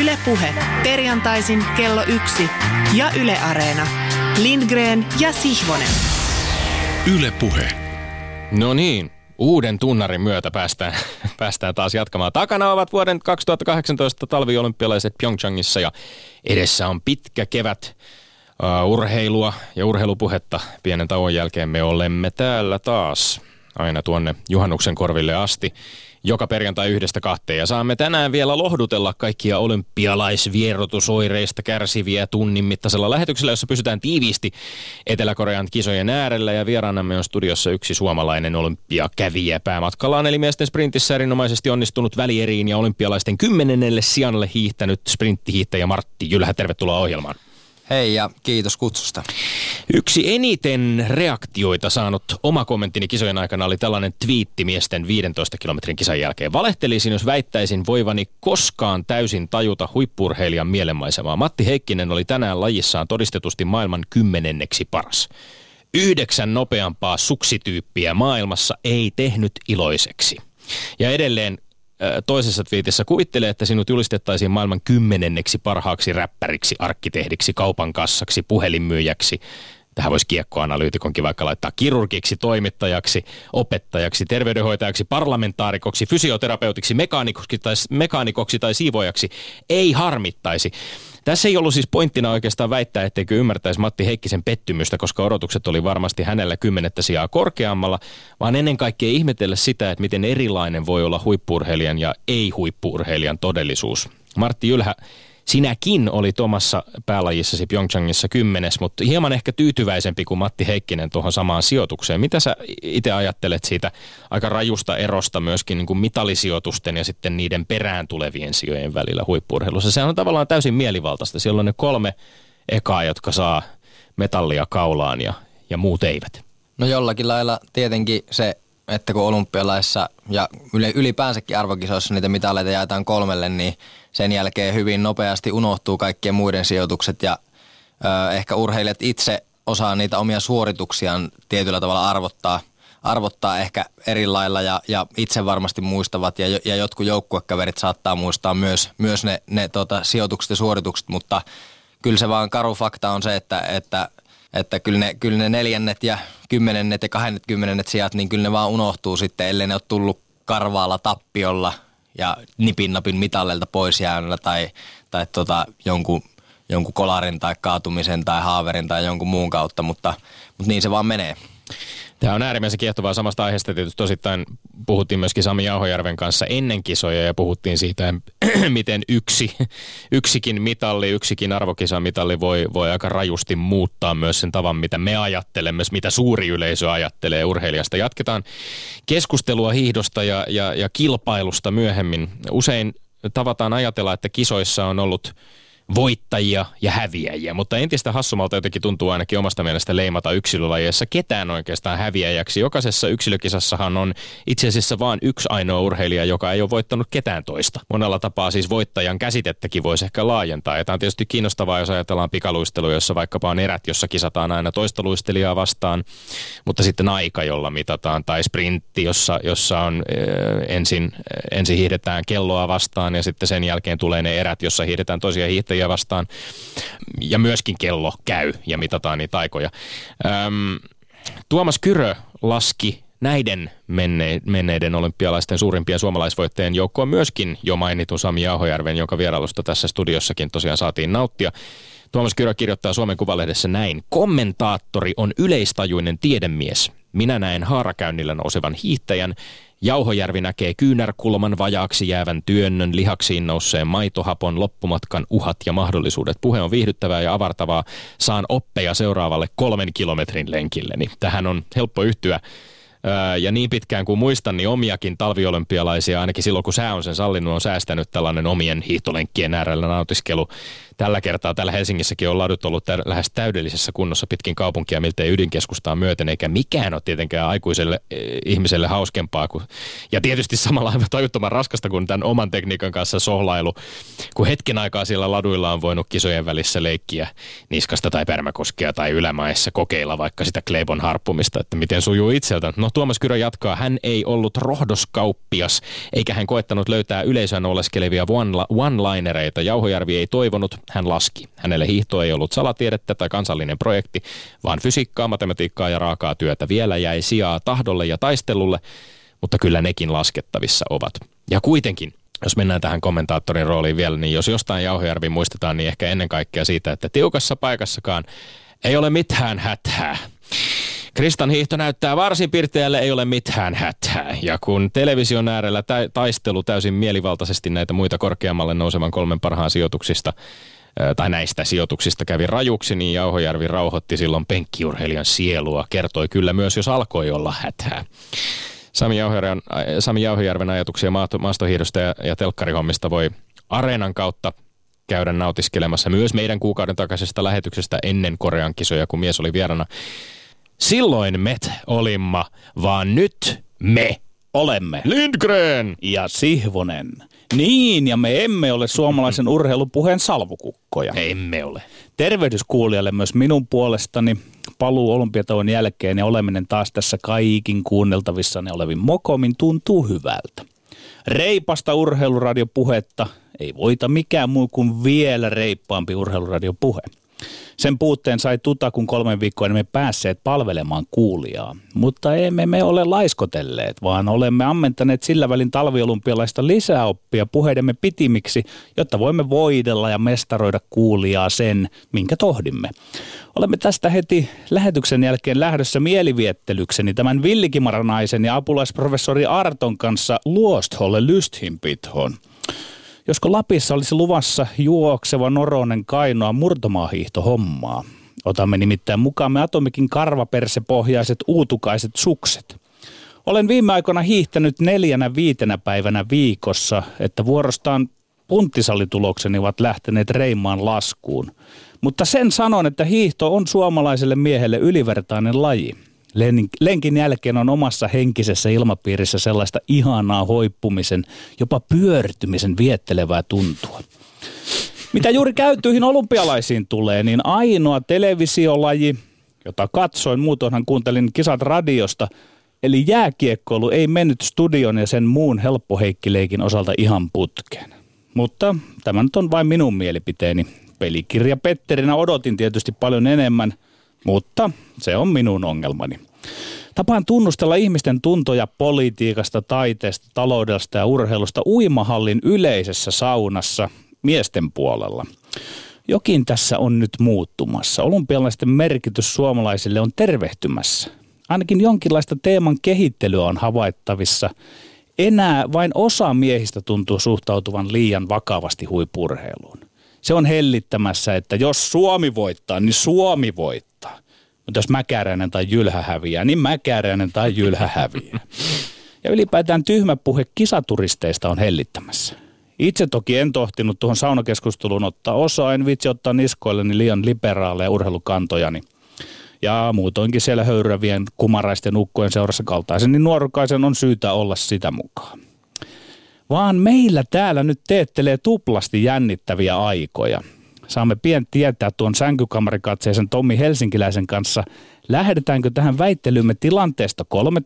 Yle Puhe. Perjantaisin kello 1 ja Yle Areena. Lindgren ja Sihvonen. Yle Puhe. No niin, uuden tunnarin myötä päästään taas jatkamaan. Takana ovat vuoden 2018 talviolympialaiset Pyeongchangissa ja edessä on pitkä kevät urheilua ja urheilupuhetta. Pienen tauon jälkeen me olemme täällä taas aina tuonne juhannuksen korville asti. Joka perjantai 1-2 ja saamme tänään vielä lohdutella kaikkia olympialaisvierotusoireista kärsiviä tunnin mittaisella lähetyksellä, jossa pysytään tiiviisti Etelä-Korean kisojen äärellä ja vieraanamme on studiossa yksi suomalainen olympiakävijä päämatkallaan, eli miesten sprintissä erinomaisesti onnistunut välieriin ja olympialaisten 10. sijalle hiihtänyt sprinttihiihtäjä Martti Jylhä. Tervetuloa ohjelmaan. Hei ja kiitos kutsusta. Yksi eniten reaktioita saanut oma kommenttini kisojen aikana oli tällainen twiitti miesten 15 kilometrin kisan jälkeen. Valehtelisin, jos väittäisin voivani koskaan täysin tajuta huippu-urheilijan mielenmaisemaa. Matti Heikkinen oli tänään lajissaan todistetusti maailman 10. paras. 9 nopeampaa suksityyppiä maailmassa ei tehnyt iloiseksi. Ja edelleen toisessa twiitissä kuvittelee, että sinut julistettaisiin maailman 10. parhaaksi räppäriksi, arkkitehdiksi, kaupan kassaksi, puhelinmyyjäksi. Tähän voisi kiekkoanalyytikonkin vaikka laittaa kirurgiksi, toimittajaksi, opettajaksi, terveydenhoitajaksi, parlamentaarikoksi, fysioterapeutiksi, mekaanikoksi tai siivoajaksi. Ei harmittaisi. Tässä ei ollut siis pointtina oikeastaan väittää, etteikö ymmärtäisi Matti Heikkisen pettymystä, koska odotukset oli varmasti hänellä 10. sijaa korkeammalla, vaan ennen kaikkea ihmetellä sitä, että miten erilainen voi olla huippu-urheilijan ja ei-huippu-urheilijan todellisuus. Martti Jylhä, sinäkin olit omassa päälajissasi Pyeongchangissa 10, mutta hieman ehkä tyytyväisempi kuin Matti Heikkinen tuohon samaan sijoitukseen. Mitä sä itse ajattelet siitä aika rajusta erosta myöskin niin kuin mitallisijoitusten ja sitten niiden perään tulevien sijojen välillä huippu-urheilussa? Sehän on tavallaan täysin mielivaltaista. Siellä on ne 3 ekaa, jotka saa metallia kaulaan ja muut eivät. No jollakin lailla tietenkin se, että kun olympialaissa ja ylipäänsäkin arvokisoissa niitä mitaleita jaetaan 3, niin sen jälkeen hyvin nopeasti unohtuu kaikkien muiden sijoitukset ja ehkä urheilijat itse osaa niitä omia suorituksiaan tietyllä tavalla arvottaa ehkä eri lailla ja itse varmasti muistavat ja jotkut joukkuekaverit saattaa muistaa myös ne sijoitukset ja suoritukset, mutta kyllä se vaan karu fakta on se, että kyllä ne 4. ja 10. ja 20. sijat, niin kyllä ne vaan unohtuu sitten, ellei ne ole tullut karvaalla tappiolla ja nipin mitallilta pois jäännöllä tai jonkun kolarin tai kaatumisen tai haaverin tai jonkun muun kautta, mutta niin se vaan menee. Tämä on äärimmäisen kiehtovaa. Samasta aiheesta tietysti osittain puhuttiin myöskin Sami Jauhojärven kanssa ennen kisoja ja puhuttiin siitä, miten yksikin mitalli, yksikin arvokisamitalli voi aika rajusti muuttaa myös sen tavan, mitä me ajattelemme, mitä suuri yleisö ajattelee urheilijasta. Jatketaan keskustelua hiihdosta ja kilpailusta myöhemmin. Usein tavataan ajatella, että kisoissa on ollut voittajia ja häviäjiä, mutta entistä hassumalta jotenkin tuntuu ainakin omasta mielestä leimata yksilölajeissa ketään oikeastaan häviäjäksi. Jokaisessa yksilökisassahan on itse asiassa vain yksi ainoa urheilija, joka ei ole voittanut ketään toista. Monella tapaa siis voittajan käsitettäkin voisi ehkä laajentaa. Ja tämä on tietysti kiinnostavaa, jos ajatellaan pikaluisteluja, jossa vaikkapa on erät, jossa kisataan aina toista luistelijaa vastaan, mutta sitten aika, jolla mitataan, tai sprintti, jossa on ensin hiihdetään kelloa vastaan ja sitten sen jälkeen tulee ne erät, jossa hiihdetään toisia hiihtäjiä vastaan ja myöskin kello käy ja mitataan niitä aikoja. Tuomas Kyrö laski näiden menneiden olympialaisten suurimpien suomalaisvoittajien joukkoon myöskin jo mainitun Sami Jauhojärven, jonka vierailusta tässä studiossakin tosiaan saatiin nauttia. Tuomas Kyrö kirjoittaa Suomen Kuvalehdessä näin: kommentaattori on yleistajuinen tiedemies. Minä näen haarakäynnillä nousevan hiihtäjän. Jauhojärvi näkee kyynärkulman, vajaaksi jäävän työnnön, lihaksiin nousseen maitohapon, loppumatkan uhat ja mahdollisuudet. Puhe on viihdyttävää ja avartavaa. Saan oppeja seuraavalle 3 kilometrin lenkilleni. Tähän on helppo yhtyä. Ja niin pitkään kuin muistan, niin omiakin talviolympialaisia, ainakin silloin kun sää on sen sallinut, on säästänyt tällainen omien hiihtolenkkien äärellä nautiskelu. Tällä kertaa täällä Helsingissäkin on ladut ollut lähes täydellisessä kunnossa pitkin kaupunkia, miltei ydinkeskustaan myöten, eikä mikään ole tietenkään aikuiselle ihmiselle hauskempaa. Ja tietysti samalla aivan tajuttoman raskasta kuin tämän oman tekniikan kanssa sohlailu, kun hetken aikaa siellä laduilla on voinut kisojen välissä leikkiä niskasta tai Pärmäkoskea tai ylämäessä kokeilla vaikka sitä kleibon harppumista, että miten sujuu itseltä. No No Tuomas Kyrö jatkaa, hän ei ollut rohdoskauppias, eikä hän koettanut löytää yleisön oleskelevia one-linereita. Jauhojärvi ei toivonut, hän laski. Hänelle hiihto ei ollut salatiedettä tai kansallinen projekti, vaan fysiikkaa, matematiikkaa ja raakaa työtä. Vielä jäi sijaa tahdolle ja taistelulle, mutta kyllä nekin laskettavissa ovat. Ja kuitenkin, jos mennään tähän kommentaattorin rooliin vielä, niin jos jostain Jauhojärvi muistetaan, niin ehkä ennen kaikkea siitä, että tiukassa paikassakaan ei ole mitään hätää. Kristan hiihto näyttää varsin pirteälle, ei ole mitään hätää. Ja kun television äärellä taistelu täysin mielivaltaisesti näitä muita korkeammalle nousevan 3 parhaan sijoituksista, tai näistä sijoituksista kävi rajuksi, niin Jauhojärvi rauhoitti silloin penkkiurheilijan sielua. Kertoi kyllä myös, jos alkoi olla hätää. Sami Jauhojärven ajatuksia maastohiihdosta ja telkkarihommista voi Areenan kautta käydä nautiskelemassa myös meidän kuukauden takaisesta lähetyksestä ennen Korean kisoja, kun mies oli vierana. Silloin me olimma, vaan nyt me olemme. Lindgren ja Sihvonen. Niin, ja me emme ole suomalaisen urheilupuheen salvukukkoja. Emme ole. Tervehdys kuulijalle myös minun puolestani. Paluu olympiatauon jälkeen ja oleminen taas tässä kaikin kuunneltavissani olevin mokomin tuntuu hyvältä. Reipasta urheiluradiopuhetta ei voita mikään muu kuin vielä reippaampi urheiluradiopuhe. Sen puutteen sai tuta, kun 3 viikkoa emme päässeet palvelemaan kuulijaa. Mutta emme me ole laiskotelleet, vaan olemme ammentaneet sillä välin talviolympialaista lisäoppia puheidemme pitimiksi, jotta voimme voidella ja mestaroida kuulijaa sen, minkä tohdimme. Olemme tästä heti lähetyksen jälkeen lähdössä mieliviettelykseni tämän villikimaranaisen ja apulaisprofessori Arton kanssa Luostholle Lysthinpithon. Josko Lapissa olisi luvassa juokseva noroinen Kainoa murtomaahiihtohommaa. Otamme nimittäin mukaamme Atomikin karvapersepohjaiset uutukaiset sukset. Olen viime aikoina hiihtänyt 4-5 päivänä viikossa, että vuorostaan punttisallitulokseni ovat lähteneet reimaan laskuun. Mutta sen sanon, että hiihto on suomalaiselle miehelle ylivertainen laji. Lenkin jälkeen on omassa henkisessä ilmapiirissä sellaista ihanaa hoippumisen, jopa pyörtymisen viettelevää tuntua. Mitä juuri käytyihin olympialaisiin tulee, niin ainoa televisiolaji, jota katsoin, muutoinhan kuuntelin kisat radiosta, eli jääkiekkoilu ei mennyt studion ja sen muun helppoheikkileikin osalta ihan putkeen. Mutta tämä nyt on vain minun mielipiteeni. Pelikirja Petterinä odotin tietysti paljon enemmän, mutta se on minun ongelmani. Tapaan tunnustella ihmisten tuntoja politiikasta, taiteesta, taloudesta ja urheilusta uimahallin yleisessä saunassa miesten puolella. Jokin tässä on nyt muuttumassa. Olympialaisten merkitys suomalaisille on tervehtymässä. Ainakin jonkinlaista teeman kehittelyä on havaittavissa. Enää vain osa miehistä tuntuu suhtautuvan liian vakavasti huippu-urheiluun. Se on hellittämässä, että jos Suomi voittaa, niin Suomi voittaa. Mutta jos Mäkäräinen tai Jylhä häviää, niin Mäkäräinen tai Jylhä häviää. Ja ylipäätään tyhmä puhe kisaturisteista on hellittämässä. Itse toki en tohtinut tuohon saunakeskusteluun ottaa osaa, en vitsi ottaa niskoilleni liian liberaaleja urheilukantojani. Ja muutoinkin siellä höyryävien kumaraisten ukkojen seurassa kaltaisen, niin nuorukaisen on syytä olla sitä mukaan. Vaan meillä täällä nyt teettelee tuplasti jännittäviä aikoja. Saamme pian tietää tuon sänkykamarikatseisen Tommi Helsinkiläisen kanssa, lähdetäänkö tähän väittelymme tilanteesta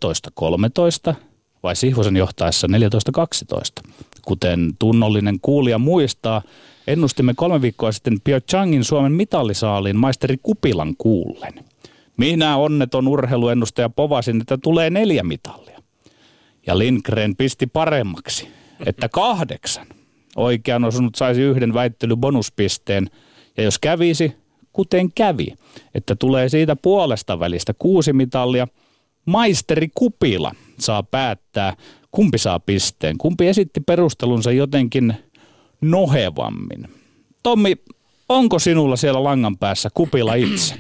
13-13 vai Sihvosen johtaessa 14-12. Kuten tunnollinen kuulija muistaa, ennustimme 3 viikkoa sitten Pyeongchangin Suomen mitallisaaliin maisteri Kupilan kuullen. Minä onneton urheiluennustaja povasin, että tulee 4 mitallia. Ja Lindgren pisti paremmaksi, että 8. Oikean osunut saisi 1 väittelybonuspisteen, ja jos kävisi, kuten kävi, että tulee siitä puolesta välistä 6 mitallia, maisteri Kupila saa päättää, kumpi saa pisteen. Kumpi esitti perustelunsa jotenkin nohevammin. Tommi, onko sinulla siellä langan päässä Kupila itse?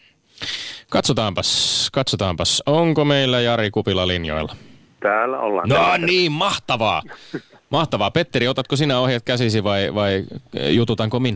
Katsotaanpas. Onko meillä Jari Kupila linjoilla? Täällä ollaan. No niin, mahtavaa. Mahtavaa. Petteri, otatko sinä ohjeet käsisi vai jututanko minä?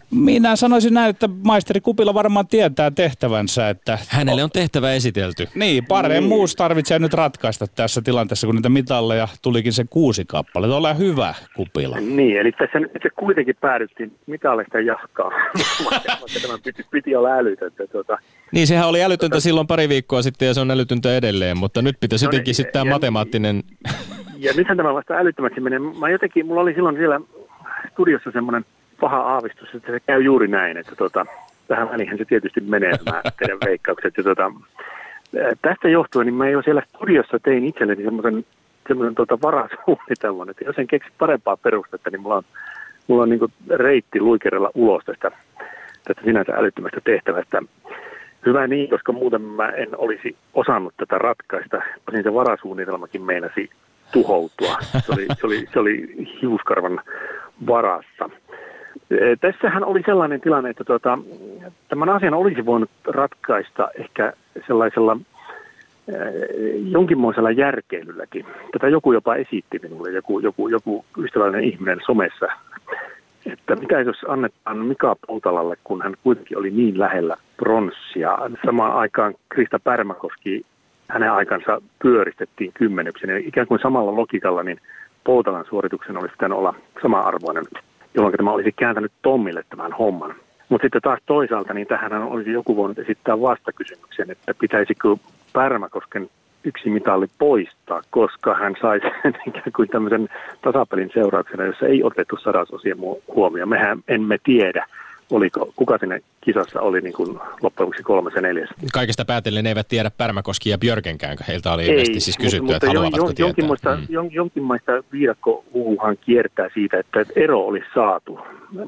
Minä sanoisin näin, että maisteri Kupila varmaan tietää tehtävänsä, että... Hänelle on tehtävä esitelty. Niin, muussa tarvitsee nyt ratkaista tässä tilanteessa, kun niitä mitalleja tulikin se 6 kappaletta. Ole hyvä, Kupila. Niin, eli tässä nyt se kuitenkin päädyttiin mitallista jahkaa, vaikka tämä piti olla älytöntä. Niin, sehän oli älytöntä silloin pari viikkoa sitten ja se on älytöntä edelleen, mutta nyt pitäisi jotenkin sitten tämä matemaattinen... Ja nythän tämä vasta älyttömäksi menee. Mulla oli silloin siellä studiossa semmoinen paha aavistus, että se käy juuri näin, että tähän väliin se tietysti menee nämä teidän veikkaukset. Ja tästä johtuen, niin mä jo siellä studiossa tein itselleni semmoisen varasuunnitelman, että jos en keksi parempaa perustetta, niin mulla on niin kuin reitti luikerella ulos tästä sinänsä älyttömästä tehtävästä. Hyvä niin, koska muuten mä en olisi osannut tätä ratkaista, koska se varasuunnitelmakin meinasi tuhoutua. Se oli hiuskarvan varassa. Tässähän oli sellainen tilanne, että tämän asian olisi voinut ratkaista ehkä sellaisella jonkinmoisella järkeilylläkin. Tätä joku jopa esitti minulle, joku ystävällinen ihminen somessa, että mitä jos annetaan Mika Poutalalle, kun hän kuitenkin oli niin lähellä pronssia. Samaan aikaan Krista Pärmäkoski, hänen aikansa pyöristettiin 10. Ja ikään kuin samalla logiikalla niin Poutalan suorituksen olisi pitänyt olla sama-arvoinen, jolloin tämä olisi kääntänyt Tommille tämän homman. Mutta sitten taas toisaalta, niin tähän olisi joku voinut esittää vastakysymyksen, että pitäisikö Pärmäkosken yksi mitalli poistaa, koska hän sai sen ikään kuin tämmöisen tasapelin seurauksena, jossa ei otettu sadasosia huomioon. Mehän emme tiedä, kuka siinä kisassa oli niin kuin loppujen lopuksi 3. ja 4. Kaikesta päätellen eivät tiedä Pärmäkoski ja Björkenkään. Heiltä oli ilmeisesti siis kysytty, että haluavatko tietää. Jonkinlaista viidakkohuuhan kiertää siitä, että ero olisi saatu,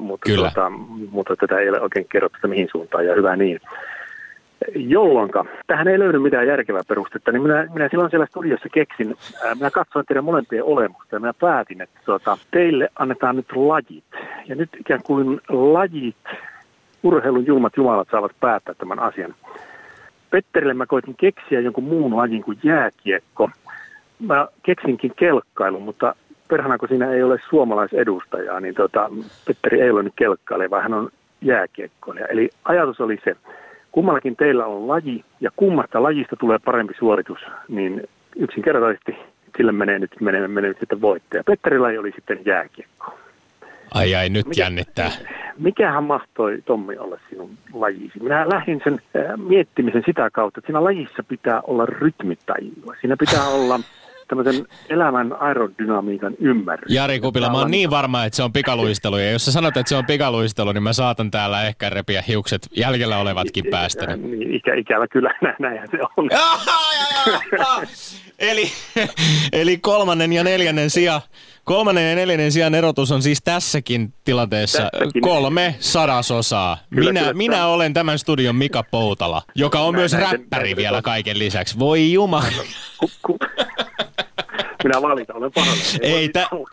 mutta tätä ei ole oikein kerrottu, että mihin suuntaan, ja hyvä niin. Jolloinka tähän ei löydy mitään järkevää perustetta, niin minä silloin siellä studiossa keksin, minä katsoin teidän molempien olemusta ja minä päätin, että teille annetaan nyt lajit. Ja nyt ikään kuin lajit, urheilun julmat jumalat saavat päättää tämän asian. Petterille mä koitin keksiä jonkun muun lajin kuin jääkiekko. Mä keksinkin kelkkailun, mutta perhana kun siinä ei ole suomalaisedustajaa, niin Petteri ei ole nyt kelkkailija, vaan hän on jääkiekkoilija. Eli ajatus oli se, kummallakin teillä on laji, ja kummasta lajista tulee parempi suoritus, niin yksinkertaisesti sille menee nyt sitten voittaja. Petterin laji oli sitten jääkiekko. Ai, nyt jännittää. Mikähän mahtoi, Tommi, olla sinun lajisi? Minä lähdin sen miettimisen sitä kautta, että siinä lajissa pitää olla rytmittäjiä. Siinä pitää olla tämmöisen elämän aerodynamiikan ymmärrys. Jari Kupila, mä oon niin varma, että se on pikaluistelu. Ja jos sä sanot, että se on pikaluistelu, niin mä saatan täällä ehkä repiä hiukset jäljellä olevatkin päästä. Niin, ikävä kyllä, näinhän se on. Eli 3. ja 4. sija. 3. ja 4. sijan erotus on siis tässäkin tilanteessa 3/100. Minä olen tämän studion Mika Poutala, joka on myös räppäri vielä kaiken lisäksi. Voi jumala. Minä valitan, olen pahoillani. Ei,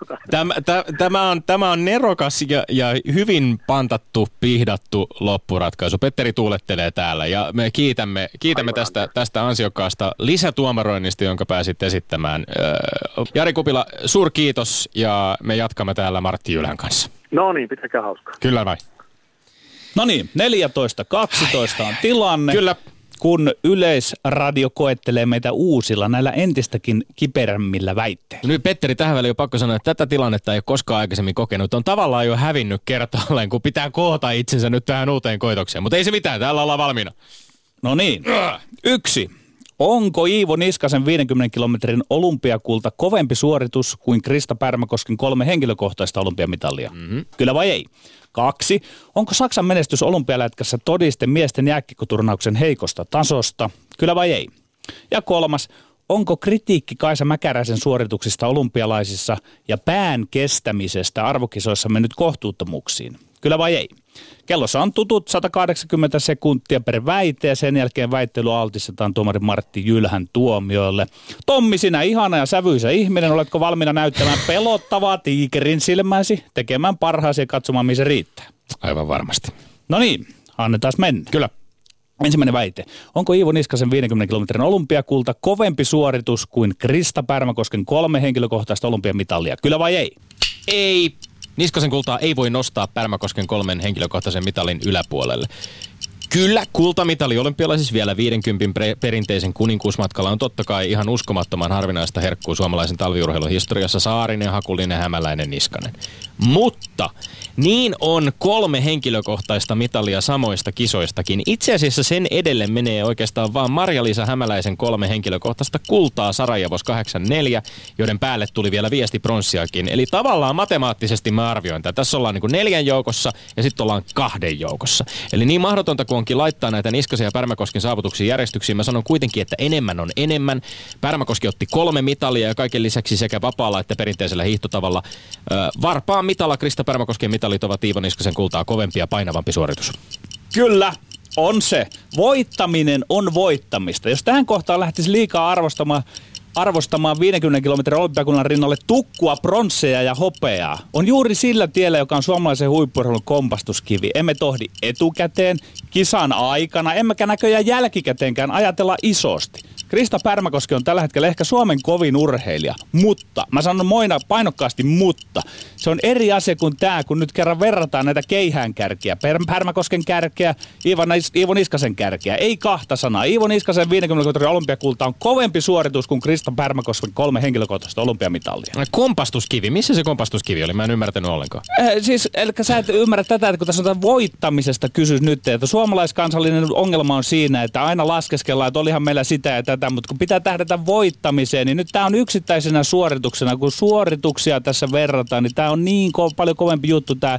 tämä on nerokas ja hyvin pantattu, pihdattu loppuratkaisu. Petteri tuulettelee täällä ja me kiitämme tästä ansiokkaasta lisätuomaroinnista, jonka pääsit esittämään. Jari Kupila, suurkiitos ja me jatkamme täällä Martti Jylhän kanssa. No niin, pitäkää hauskaa. Kyllä vai. No niin, 14-12 on tilanne. Kyllä. Kun Yleisradio koettelee meitä uusilla, näillä entistäkin kiperämmillä väitteillä. Nyt Petteri, tähän väliin on pakko sanoa, että tätä tilannetta ei ole koskaan aikaisemmin kokenut. On tavallaan jo hävinnyt kertaalleen, kun pitää koota itsensä nyt tähän uuteen koitokseen. Mutta ei se mitään, täällä ollaan valmiina. No niin. 1. Onko Iivo Niskasen 50 kilometrin olympiakulta kovempi suoritus kuin Krista Pärmäkosken 3 henkilökohtaista olympiamitalia? Mm-hmm. Kyllä vai ei? 2. Onko Saksan menestys olympialätkässä todiste miesten jääkiekkoturnauksen heikosta tasosta? Kyllä vai ei? Ja 3. Onko kritiikki Kaisa Mäkäräisen suorituksista olympialaisissa ja pään kestämisestä arvokisoissa mennyt kohtuuttomuuksiin? Kyllä vai ei? Kellossa on tutut 180 sekuntia per väite ja sen jälkeen väittely altistetaan tuomari Martti Jylhän tuomioille. Tommi, sinä ihana ja sävyisä ihminen, oletko valmiina näyttämään pelottavaa tiikerin silmäsi, tekemään parhaasi ja katsomaan, missä riittää? Aivan varmasti. No niin, annetaan mennä. Kyllä. Ensimmäinen väite. Onko Iivo Niskasen 50 kilometrin olympiakulta kovempi suoritus kuin Krista Pärmäkosken 3 henkilökohtaista olympiamitalia? Kyllä vai ei? Ei. Niskasen kultaa ei voi nostaa Pärmäkosken 3 henkilökohtaisen mitalin yläpuolelle. Kyllä, kultamitali olympialaisissa vielä 50 perinteisen kuninkuusmatkalla on totta kai ihan uskomattoman harvinaista herkkuu suomalaisen talviurheilun historiassa. Saarinen, Hakulinen, Hämäläinen, Niskanen. Mutta niin on 3 henkilökohtaista mitalia samoista kisoistakin. Itse asiassa sen edelle menee oikeastaan vaan Marja-Liisa Hämäläisen 3 henkilökohtaista kultaa Sarajevos 84, joiden päälle tuli vielä viesti pronssiakin. Eli tavallaan matemaattisesti mä arvioin tätä. Tässä ollaan niin kuin 4 joukossa ja sitten ollaan 2 joukossa. Eli niin mahdotonta kuin onkin laittaa näitä Niskasen ja Pärmäkosken saavutuksia järjestyksiin, mä sanon kuitenkin, että enemmän on enemmän. Pärmäkoski otti 3 mitalia ja kaiken lisäksi sekä vapaalla että perinteisellä hiihtotavalla. Varpaan mitalla Krista Pärmäkosken mitalit ovat Iivo Niskasen kultaa kovempi ja painavampi suoritus. Kyllä, on se. Voittaminen on voittamista. Jos tähän kohtaan lähtisi liikaa arvostamaan 50 kilometrin olympiakunnan rinnalle tukkua, pronsseja ja hopeaa, on juuri sillä tiellä, joka on suomalaisen huippu-urheilun kompastuskivi. Emme tohdi etukäteen, kisan aikana, emmekä näköjään jälkikäteenkään ajatella isosti. Krista Pärmäkoski on tällä hetkellä ehkä Suomen kovin urheilija, mutta, mä sanon painokkaasti mutta, se on eri asia kuin tämä, kun nyt kerran verrataan näitä keihäänkärkiä, Pärmäkosken kärkeä, Iivo Niskasen kärkeä. Ei kahta sanaa. Iivo Niskasen 50 kilometrin olympiakulta on kovempi suoritus kuin Krista Pärmäkosken 3 henkilökohtaista olympiamitalia. Kompastuskivi. Missä se kompastuskivi oli? Mä en ymmärtänyt ollenkaan. Eli sä et ymmärrä tätä, että kun tässä on voittamisesta kysys nyt, että suomalaiskansallinen ongelma on siinä, että aina laskeskellaan, että olihan meillä sitä ja tätä, mutta kun pitää tähdätä voittamiseen, niin nyt tää on yksittäisenä suorituksena, kun suorituksia tässä verrataan, niin tää on niin paljon kovempi juttu tää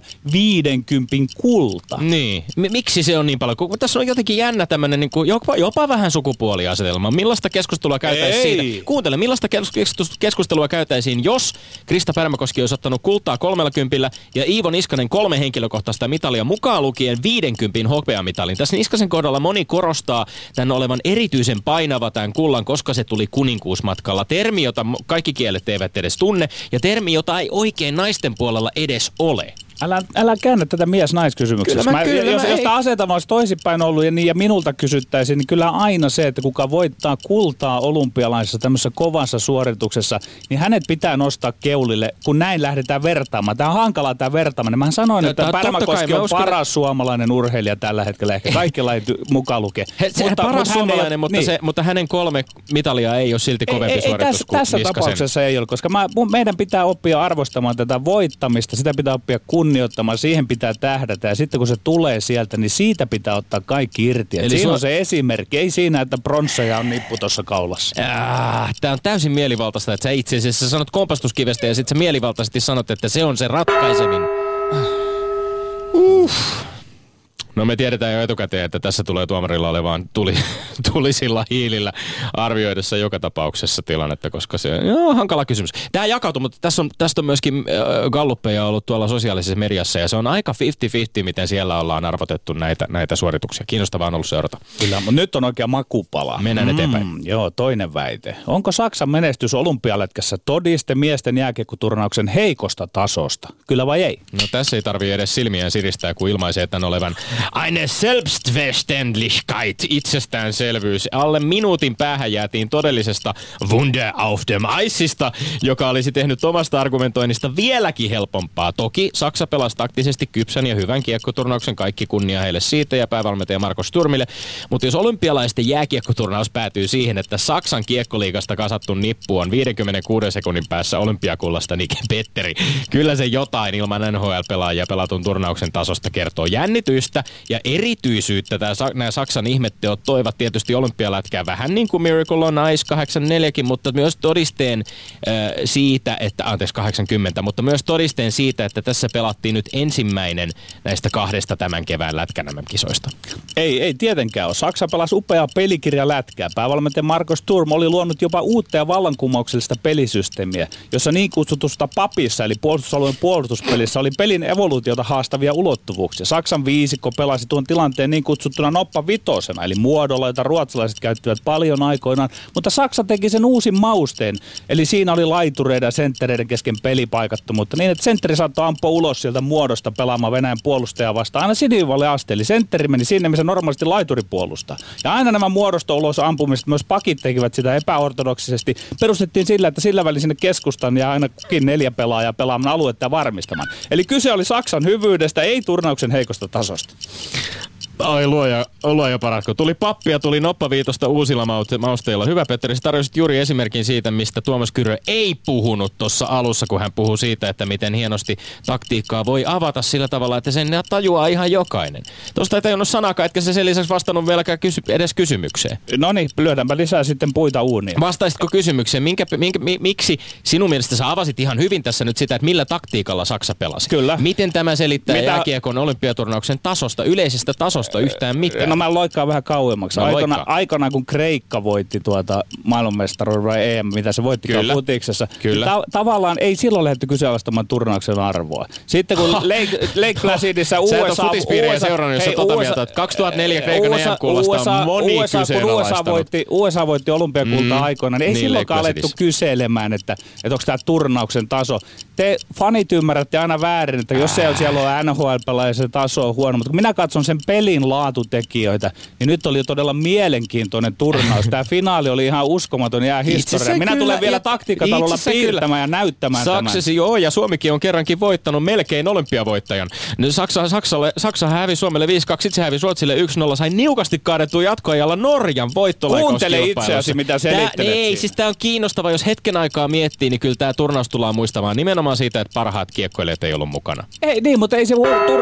50 kulta. Niin. Miksi se on niin paljon? Kun tässä on jotenkin jännä tämmönen niin kuin jopa vähän sukupuoliasetelma. Millaista keskustelua käytäisiin siitä? Kuuntele, millaista keskustelua käytäisiin, jos Krista Pärmäkoski olisi ottanut kultaa 30 ja Iivo Niskanen 3 henkilökohtaista mitalia mukaan lukien 50 hopeamitalin. Tässä Niskasen kohdalla moni korostaa tämän olevan erityisen painava tämän kullan, koska se tuli kuninkuusmatkalla. Termi, jota kaikki kielet eivät edes tunne ja termi, jota ei oikein naisten puolella edes ole. Älä käännä tätä mies-naiskysymyksestä. Jos tämä asetama olisi toisinpäin ollut ja minulta kysyttäisiin, niin kyllä aina se, että kuka voittaa kultaa olympialaisessa tämmöisessä kovassa suorituksessa, niin hänet pitää nostaa keulille, kun näin lähdetään vertaamaan. Tämä on hankalaa tämä vertaaminen. Mä sanoin, että Pärmäkoski on paras suomalainen urheilija tällä hetkellä, ehkä kaikki lajit mukaan lukee. Paras suomalainen, mutta hänen 3 mitalia ei ole silti kovempi suoritus kuin tässä Niskasen. tapauksessa ei ole, koska meidän pitää oppia arvostamaan tätä voittamista, sitä pitää oppia kunnioittamaan, siihen pitää tähdätä ja sitten kun se tulee sieltä, niin siitä pitää ottaa kaikki irti. Eli siinä on se esimerkki, ei siinä, että pronsseja on nippu tuossa kaulassa. Tämä on täysin mielivaltaista, että sä itse asiassa sanot kompastuskivestä ja sitten sä mielivaltaisesti sanot, että se on se ratkaisevin. No me tiedetään jo etukäteen, että tässä tulee tuomarilla olevaan tulisilla hiilillä arvioidessa joka tapauksessa tilannetta, koska se on hankala kysymys. Tämä jakautuu, mutta tästä on myöskin galluppeja ollut tuolla sosiaalisessa mediassa ja se on aika 50-50, miten siellä ollaan arvotettu näitä suorituksia. Kiinnostavaa on ollut seurata. Kyllä, mutta nyt on oikein makupala. Mennään eteenpäin. Joo, toinen väite. Onko Saksan menestys olympialätkässä todiste miesten jääkiekkoturnauksen heikosta tasosta? Kyllä vai ei? No tässä ei tarvitse edes silmiään siristää, kun ilmaisee tämän olevan eine Selbstverständlichkeit, itsestäänselvyys. Alle minuutin päähän jäätiin todellisesta Wunder auf dem Eisista, joka olisi tehnyt omasta argumentoinnista vieläkin helpompaa. Toki Saksa pelasi taktisesti kypsän ja hyvän kiekkoturnauksen, kaikki kunnia heille siitä ja päävalmentaja Marko Sturmille. Mutta jos olympialaisten jääkiekkoturnaus päätyy siihen, että Saksan kiekkoliigasta kasattu nippu on 56 sekunnin päässä olympiakullasta, niin Petteri, kyllä se jotain ilman NHL-pelaajia pelatun turnauksen tasosta kertoo. Jännitystä ja erityisyyttä nämä Saksan ihmetteot toivat tietysti olympialätkää vähän niin kuin Miracle on Ice 84kin, mutta myös todisteen siitä, että 80, mutta myös todisteen siitä, että tässä pelattiin nyt ensimmäinen näistä 2 tämän kevään lätkänämän-kisoista. Ei tietenkään ole. Saksa pelasi upeaa pelikirjalätkää. Päävalmentaja Marko Sturm oli luonut jopa uutta ja vallankumouksellista pelisysteemiä, jossa niin kutsutusta papissa eli puolustusalueen puolustuspelissä oli pelin evoluutiota haastavia ulottuvuuksia. Saksan viisikko pelasi tuon tilanteen niin kutsuttuna noppavitosena, eli muodolla, jota ruotsalaiset käyttivät paljon aikoinaan, mutta Saksa teki sen uusin mausteen, eli siinä oli laitureiden ja senttereiden kesken pelipaikattomuutta, niin että sentteri saattoi ampua ulos sieltä muodosta pelaamaan Venäjän puolustajaa vastaan aina sinivalle asti, eli sentteri meni sinne, missä normaalisti laituri puolustaa. Ja aina nämä muodosta ulos ampumiset, myös pakit tekivät sitä epäortodoksisesti, perustettiin sillä, että sillä välin sinne keskustan ja aina kukin 4 pelaajaa pelaamaan aluetta varmistamaan. Eli kyse oli Saksan hyvyydestä, ei turnauksen heikosta tasosta. Ai luoja paratko. Tuli pappia, tuli noppaviitosta uusilla mausteilla. Hyvä Petteri, sä tarjosit juuri esimerkin siitä, mistä Tuomas Kyrö ei puhunut tuossa alussa, kun hän puhuu siitä, että miten hienosti taktiikkaa voi avata sillä tavalla, että sen tajuaa ihan jokainen. Tuosta ei tajunnut sanakaan, etkä sen lisäksi vastannut vieläkään edes kysymykseen. No niin, lyödäänpä lisää sitten puita uuniin. Vastaisitko kysymykseen, miksi sinun mielestä sä avasit ihan hyvin tässä nyt sitä, että millä taktiikalla Saksa pelasi? Kyllä. Miten tämä selittää jääkiekon olympiaturnauksen tasosta, yleisestä tasosta yhtään mitään? No mä loikkaan vähän kauemmaksi. Aikanaan kun Kreikka voitti maailmanmestaruuden vai EM, mitä se voittikaan futiksessa, tavallaan ei silloin lähdetty kyseenalaistamaan turnauksen arvoa. Sitten kun Lake Placidissa USA... Sä et ole futispiiriä seurannut, jos on mieltä, että 2004 Kreikan EM-kullasta on moni kyseenalaistanut. USA voitti olympiakultaa aikoinaan, niin ei silloinkaan alettu kyselemään, että onko tämä turnauksen taso. Te fanit ymmärrätte aina väärin, että jos siellä on NHL-pelaaja, se taso on huono, mutta kun minä katson sen pelin laatutekijöitä, niin nyt oli jo todella mielenkiintoinen turnaus. Tämä finaali oli ihan uskomaton historia. Minä tulen vielä taktiikatalolla piirtämään ja näyttämään Saksasi joo, ja Suomikin on kerrankin voittanut melkein olympiavoittajan. Saksa hävisi Suomelle 5-2, itse hävisi Ruotsille 1-0, sai niukasti kaadettua jatkoajalla Norjan voittolaikkauskilpailussa. Kuuntele itseäsi, mitä selittelet. Ei, siis tämä on kiinnostava, jos hetken aikaa miettii, niin kyllä tämä turnaus tullaan muistamaan nimenomaan siitä, että parhaat kiekkoilijat ei ollut mukana. Ei niin, mutta ei se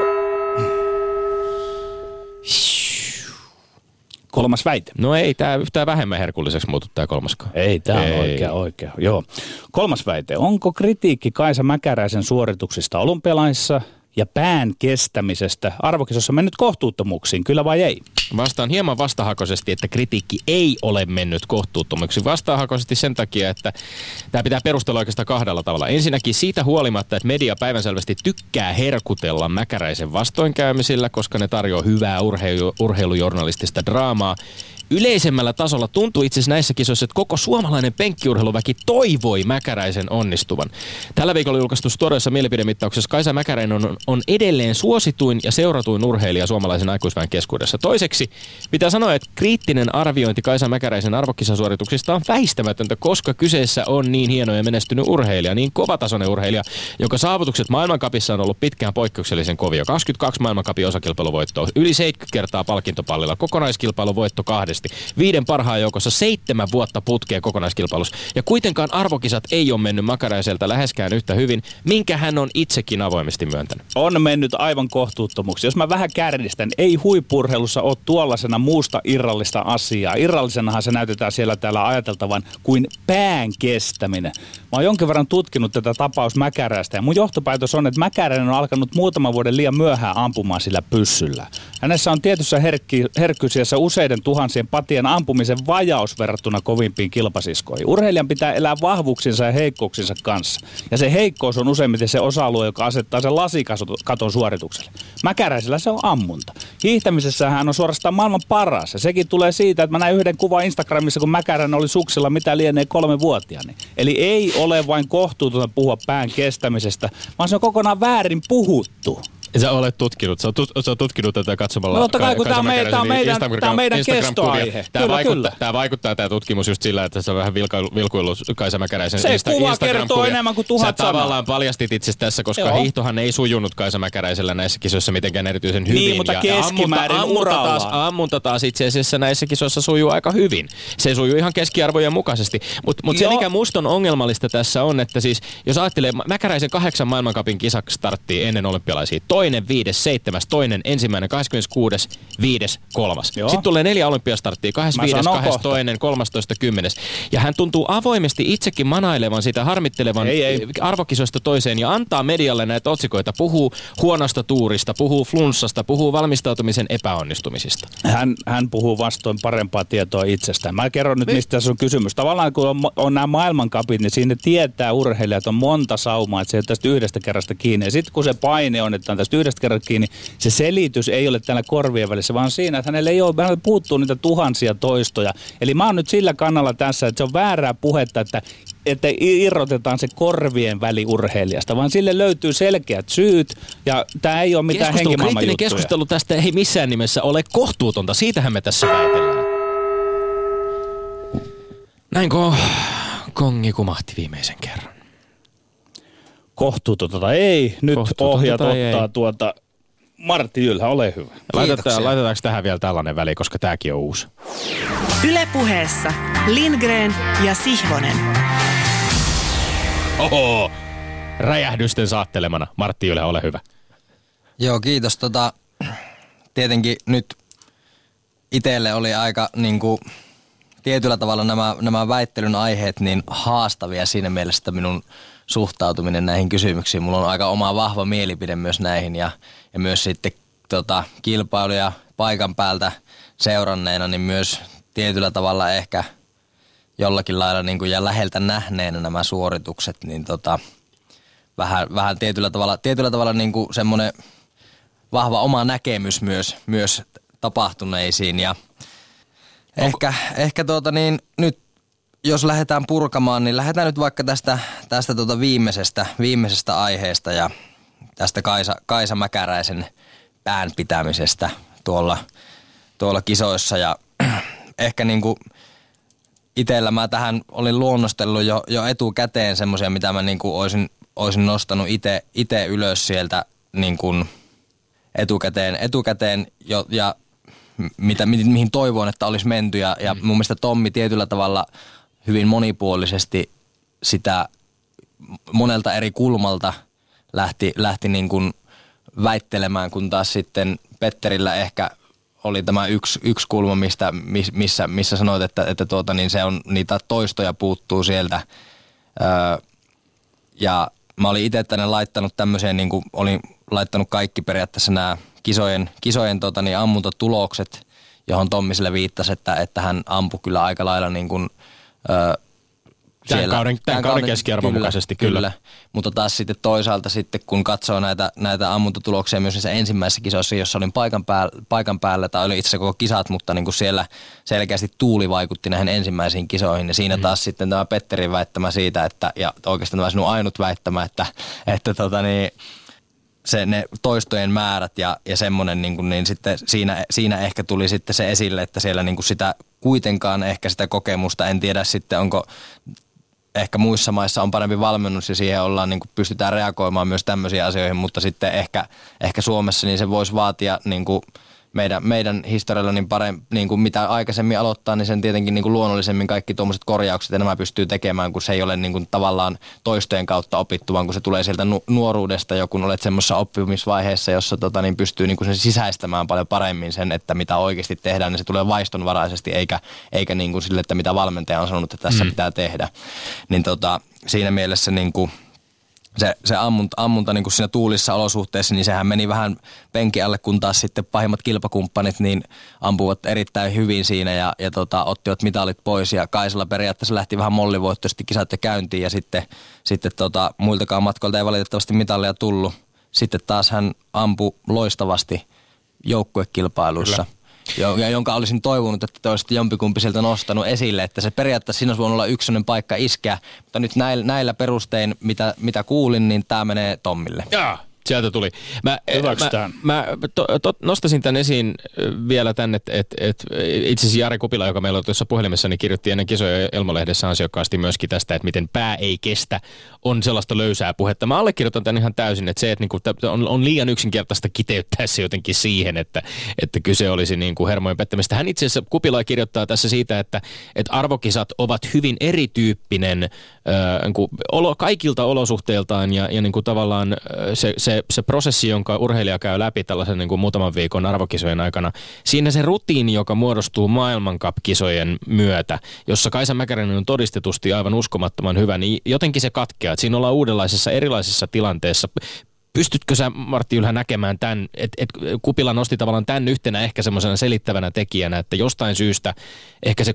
kolmas väite. No ei tämä yhtään vähemmän herkulliseksi muutu tämä kolmaskaan. Ei, tämä on oikea. Joo. Kolmas väite. Onko kritiikki Kaisa Mäkäräisen suorituksista olympialaisissa ja pään kestämisestä arvokisossa mennyt kohtuuttomuuksiin, kyllä vai ei? Vastaan hieman vastahakoisesti, että kritiikki ei ole mennyt kohtuuttomuksi. Vastahakoisesti sen takia, että tämä pitää perustella oikeastaan 2 tavalla. Ensinnäkin siitä huolimatta, että media päivänselvästi tykkää herkutella Mäkäräisen vastoinkäymisillä, koska ne tarjoaa hyvää urheilujournalistista draamaa. Yleisemmällä tasolla tuntuu itse asiassa näissä kisoissa, että koko suomalainen penkkiurheiluväki toivoi Mäkäräisen onnistuvan. Tällä viikolla julkaistussa tuoreessa mielipidemittauksessa Kaisa Mäkäräinen on edelleen suosituin ja seuratuin urheilija suomalaisen aikuisväen keskuudessa. Toiseksi pitää sanoa, että kriittinen arviointi Kaisa Mäkäräisen arvokisasuorituksista on väistämätöntä, koska kyseessä on niin hieno ja menestynyt urheilija, niin kovatasoinen urheilija, jonka saavutukset maailmancupissa on ollut pitkään poikkeuksellisen kovia. 22 maailmancupin osakilpailuvoittoa, yli 70 kertaa palkintopallilla, kokonaiskilpailuvoitto 2. 5 parhaan joukossa 7 vuotta putkeen kokonaiskilpailussa. Ja kuitenkaan arvokisat ei ole mennyt Mäkäräiseltä läheskään yhtä hyvin, minkä hän on itsekin avoimesti myöntänyt. On mennyt aivan kohtuuttomuksi. Jos mä vähän kärjistän, ei huippu-urheilussa ole tuollaisena muusta irrallista asiaa. Irrallisenahan se näytetään siellä täällä ajateltavan kuin pään kestäminen. Mä oon jonkin verran tutkinut tätä tapaus Mäkäräistä ja mun johtopäätös on, että Mäkäräinen on alkanut muutaman vuoden liian myöhään ampumaan sillä pyssyllä. Hänessä on tietyssä herkkyisiässä useiden tuhansien patien ampumisen vajaus verrattuna kovimpiin kilpasiskoihin. Urheilijan pitää elää vahvuuksinsa ja heikkouksinsa kanssa. Ja se heikkous on useimmiten se osa-alue, joka asettaa sen lasikaton suoritukselle. Mäkäräisellä se on ammunta. Hiihtämisessä hän on suorastaan maailman paras. Ja sekin tulee siitä, että mä näin yhden kuvan Instagramissa, kun Mäkäräinen oli suksilla mitä lienee 3-vuotiaani. Eli ei ole vain kohtuutonta puhua pään kestämisestä, vaan se on kokonaan väärin puhuttu. Sä olet tutkinut. Sä oot tutkinut tätä katsomalla. No totta kai, kun tämä on meidän kestoaihe. Tämä vaikuttaa tämä tutkimus just sillä, että se on vähän vilkuillut Kaisa Mäkäräisen Instagram-kuvia. Se kuva kertoo enemmän kuin 1000 sanaa. Sä tavallaan paljastit itse tässä, koska hiihtohan ei sujunut Kaisa Mäkäräisellä näissä kisoissa mitenkään erityisen hyvin. Niin, mutta keskimäärin uralla. Ammunta taas itse asiassa näissä kisoissa sujuu aika hyvin. Se sujuu ihan keskiarvojen mukaisesti. Mutta se, mikä musta on ongelmallista tässä on, että siis jos ajattelee Mäkäräisen 8 maailmancupin kisaksi starttiin ennen olympialaisia, 2.5.7, 1.1, 26, 5, 3. Sitten tulee 4 olympiastarttia, 25, 22, 13.10. Ja hän tuntuu avoimesti itsekin manailevan sitä, harmittelevan arvokisoista toiseen ja antaa medialle näitä otsikoita. Puhuu huonosta tuurista, puhuu flunssasta, puhuu valmistautumisen epäonnistumisista. Hän puhuu vastoin parempaa tietoa itsestään. Mä kerron nyt, mistä tässä on kysymys. Tavallaan kun on nämä maailmancupit, niin siinä tietää urheilijat, on monta saumaa, että se ei ole tästä yhdestä kerrasta kiinni. Ja sitten kun se paine on, että on tästä nyt yhdestä kerrankin, niin se selitys ei ole täällä korvien välissä, vaan siinä, että hänelle puuttuu niitä tuhansia toistoja. Eli mä oon nyt sillä kannalla tässä, että se on väärää puhetta, että irrotetaan se korvien väli urheilijasta, vaan sille löytyy selkeät syyt, ja tämä ei ole mitään henkimaailman juttuja. Kriittinen keskustelu tästä ei missään nimessä ole kohtuutonta, siitähän me tässä väitellään. Näinkö kongi kumahti viimeisen kerran? Kohtuutonta tai ei, nyt ohjat ottaa Martti Jylhä, ole hyvä. Laitetaanko tähän vielä tällainen väli, koska tämäkin on uusi? Yle Puheessa Lindgren ja Sihvonen. Oho, räjähdysten saattelemana. Martti Jylhä, ole hyvä. Joo, kiitos. Tietenkin nyt itselle oli aika niinku tietyllä tavalla nämä väittelyn aiheet niin haastavia siinä mielessä, että minun suhtautuminen näihin kysymyksiin. Mulla on aika oma vahva mielipide myös näihin ja myös sitten kilpailuja paikan päältä seuranneena, niin myös tietyllä tavalla ehkä jollakin lailla niin kuin ja läheltä nähneenä nämä suoritukset, niin vähän tietyllä tavalla niin kuin semmoinen vahva oma näkemys myös tapahtuneisiin ja ehkä nyt jos lähdetään purkamaan, niin lähdetään nyt vaikka tästä viimeisestä aiheesta ja tästä Kaisa Mäkäräisen pään pitämisestä tuolla kisoissa ja ehkä niinku itsellä mä tähän olin luonnostellut jo etukäteen semmoisia, mitä mä niinku olisin nostanut itse ylös sieltä niinku etukäteen ja mihin toivoin, että olisi menty ja mun mielestä Tommi tietyllä tavalla hyvin monipuolisesti sitä monelta eri kulmalta lähti niin kuin väittelemään, kun taas sitten Petterillä ehkä oli tämä yksi kulma, missä sanoit, että niin se on, niitä toistoja puuttuu sieltä. Ja mä olin itse tänne laittanut tämmöiseen, niin kuin olin laittanut kaikki periaatteessa nämä kisojen ammuntatulokset, johon Tommi sille viittasi, että hän ampui kyllä aika lailla niin kuin Tämän kauden keskiarvon mukaisesti, kyllä. Mutta taas sitten toisaalta sitten, kun katsoo näitä ammuntatuloksia myös niissä ensimmäisissä kisoissa, jossa olin paikan päällä, tai oli itse asiassa koko kisat, mutta niin kuin siellä selkeästi tuuli vaikutti näihin ensimmäisiin kisoihin. Ja siinä taas sitten tämä Petterin väittämä siitä, ja oikeastaan tämä sinun ainut väittämä, että ne toistojen määrät ja semmoinen, niin sitten siinä ehkä tuli sitten se esille, että siellä niin kuin sitä kuitenkaan ehkä sitä kokemusta, en tiedä sitten onko ehkä muissa maissa on parempi valmennus ja siihen niin kuin pystytään reagoimaan myös tämmöisiin asioihin, mutta sitten ehkä Suomessa niin se voisi vaatia niin kuin meidän historialla niin parempi, niin kuin mitä aikaisemmin aloittaa, niin sen tietenkin niin kuin luonnollisemmin kaikki tuommoiset korjaukset ja nämä pystyy tekemään, kun se ei ole niin kuin tavallaan toistojen kautta opittu, vaan kun se tulee sieltä nuoruudesta jo, kun olet semmoisessa oppimisvaiheessa, jossa niin pystyy niin kuin sen sisäistämään paljon paremmin sen, että mitä oikeasti tehdään, niin se tulee vaistonvaraisesti, eikä niin kuin sille, että mitä valmentaja on sanonut, että tässä pitää tehdä. Niin siinä mielessä niin kuin se ammunta niin kuin siinä tuulissa olosuhteessa, niin sehän meni vähän penkin alle, kun taas sitten pahimmat kilpakumppanit niin ampuvat erittäin hyvin siinä ja ottivat mitalit pois. Ja Kaisalla periaatteessa lähti vähän mollivoittoisesti kisat ja käyntiin ja sitten muiltakaan matkoilta ei valitettavasti mitalia tullut. Sitten taas hän ampui loistavasti joukkuekilpailuissa. Jonka olisin toivonut, että te olisitte jompikumpi sieltä nostanut esille, että se periaatteessa siinä olisi voinut olla yksi paikka iskeä, mutta nyt näillä perustein, mitä kuulin, niin tämä menee Tommille. Jaa, sieltä tuli. Mä nostasin tämän esiin vielä tänne, että itse asiassa Jari Kupila, joka meillä oli tuossa puhelimessa, niin kirjoitti ennen kisoja Elmo-lehdessä ansiokkaasti myöskin tästä, että miten pää ei kestä, on sellaista löysää puhetta. Mä allekirjoitan tämän ihan täysin, että se, että niinku, on liian yksinkertaista kiteyttää se jotenkin siihen, että kyse olisi niinku hermojen pettämistä. Hän itse asiassa Kupila kirjoittaa tässä siitä, että arvokisat ovat hyvin erityyppinen kaikilta olosuhteiltaan ja niinku tavallaan se prosessi, jonka urheilija käy läpi tällaisen niin kuin muutaman viikon arvokisojen aikana, siinä se rutiini, joka muodostuu maailmankap-kisojen myötä, jossa Kaisa Mäkäräinen on todistetusti aivan uskomattoman hyvä, niin jotenkin se katkeaa. Että siinä ollaan uudenlaisessa erilaisessa tilanteessa. Pystytkö sä, Martti Ylhä, näkemään tämän, että Kupila nosti tavallaan tämän yhtenä ehkä semmoisena selittävänä tekijänä, että jostain syystä ehkä se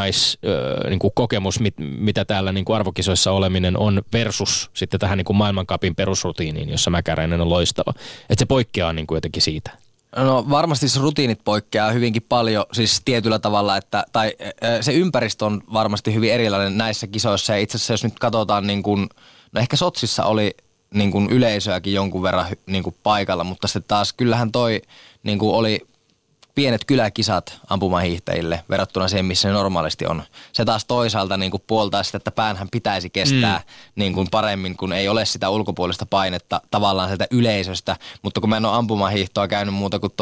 kokemus, mitä täällä niin kuin arvokisoissa oleminen on versus sitten tähän niin kuin maailmancupin perusrutiiniin, jossa Mäkäräinen on loistava, että se poikkeaa niin kuin jotenkin siitä? No varmasti se rutiinit poikkeaa hyvinkin paljon siis tietyllä tavalla, tai se ympäristö on varmasti hyvin erilainen näissä kisoissa ja itse asiassa jos nyt katsotaan niin kuin, no ehkä Sotsissa oli niin kuin yleisöäkin jonkun verran niin kuin paikalla, mutta sitten taas kyllähän toi niin kuin oli pienet kyläkisat ampumahiihtäjille verrattuna siihen, missä ne normaalisti on. Se taas toisaalta niin kuin puoltaa sitä, että päänhän pitäisi kestää niin kuin paremmin, kun ei ole sitä ulkopuolista painetta tavallaan sieltä yleisöstä. Mutta kun mä en ole ampumahiihtoa käynyt muuta kuin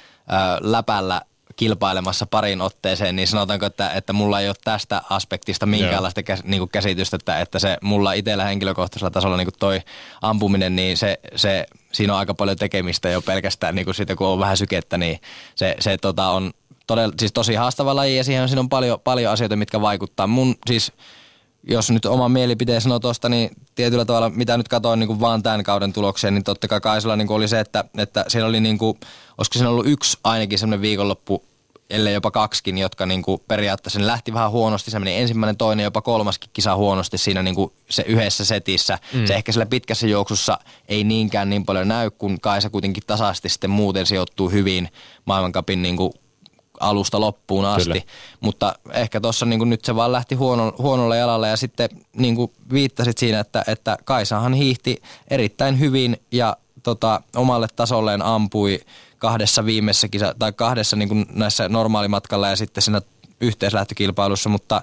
läpällä kilpailemassa parin otteeseen, niin sanotaanko, että mulla ei ole tästä aspektista minkäänlaista niin käsitystä, että se mulla itsellä henkilökohtaisella tasolla niin toi ampuminen, niin siinä on aika paljon tekemistä jo pelkästään niin siitä, kun on vähän sykettä, niin se on siis tosi haastava laji ja siinä on paljon asioita, mitkä vaikuttaa. Mun siis, jos nyt oman mielipiteen sanoo tuosta, niin tietyllä tavalla, mitä nyt katsoin niin kuin vaan tämän kauden tulokseen, niin totta kai Kaisalla niin oli se, että siinä oli niin kuin, olisiko siinä ollut yksi ainakin semmoinen viikonloppu, ellei jopa kaksikin, jotka niin kuin periaatteessa ne lähti vähän huonosti. Se meni ensimmäinen, toinen, jopa kolmaskin kisa huonosti siinä niin kuin se yhdessä setissä. Se ehkä sillä pitkässä juoksussa ei niinkään niin paljon näy, kun Kaisa kuitenkin tasaisesti sitten muuten sijoittuu hyvin maailmancupin niin kuin alusta loppuun asti. Kyllä. Mutta ehkä tuossa niin nyt se vaan lähti huonolle jalalle ja sitten niin kuin viittasit siinä, että Kaisahan hiihti erittäin hyvin ja omalle tasolleen ampui kahdessa niin kuin näissä normaalimatkalla ja sitten siinä yhteislähtökilpailussa, mutta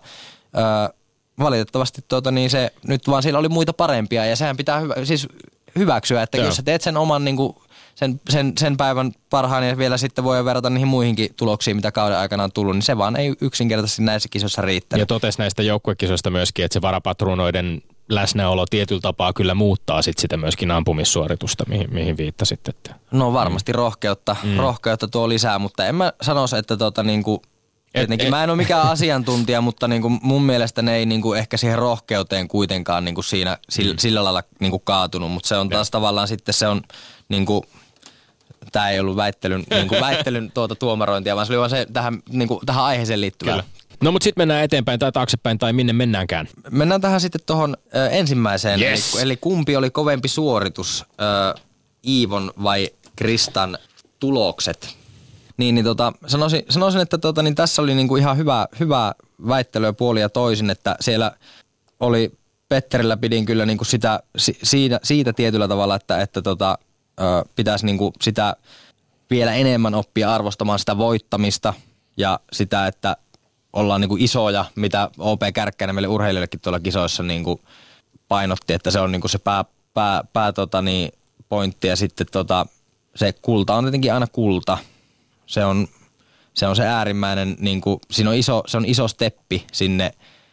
valitettavasti niin se nyt vaan siellä oli muita parempia ja sehän pitää hyväksyä, että jos sä teet sen oman niin kuin sen päivän parhaan ja vielä sitten voi verrata niihin muihinkin tuloksiin, mitä kauden aikana on tullut, niin se vaan ei yksinkertaisesti näissä kisoissa riittänyt. Ja totesi näistä joukkuekisoista myöskin, että se varapatruunoiden läsnäolo tietyllä tapaa kyllä muuttaa sitä myöskin ampumissuoritusta, mihin viittasit. Että. No varmasti rohkeutta tuo lisää, mutta en mä sanoisi, että tietenkin mä en ole mikään asiantuntija, mutta niinku mun mielestä ne ei niinku ehkä siihen rohkeuteen kuitenkaan niinku siinä sillä lailla niinku kaatunut, mutta se on taas tavallaan sitten se on niinku, tää ei ollut väittelyn tuomarointia, vaan se oli vaan se tähän aiheeseen liittyvää. Kyllä. No mutta sitten mennään eteenpäin tai taaksepäin tai minne mennäänkään. Mennään tähän sitten tuohon ensimmäiseen, yes. Eli kumpi oli kovempi suoritus, Iivon vai Kristan tulokset? Niin sanoisin, että niin tässä oli niinku ihan hyvä väittelyä puolin ja toisin, että siellä oli Petterillä pidin kyllä niinku siitä tietyllä tavalla, että pitäisi niinku sitä vielä enemmän oppia arvostamaan sitä voittamista ja sitä, että ollaan niinku isoja, mitä OP Kärkkäinen meille urheilijoillekin tuolla kisoissa niinku painotti, että se on niinku se pää pointti ja sitten se kulta on tietenkin aina kulta. Se on se äärimmäinen, niinku, se on iso steppi sinne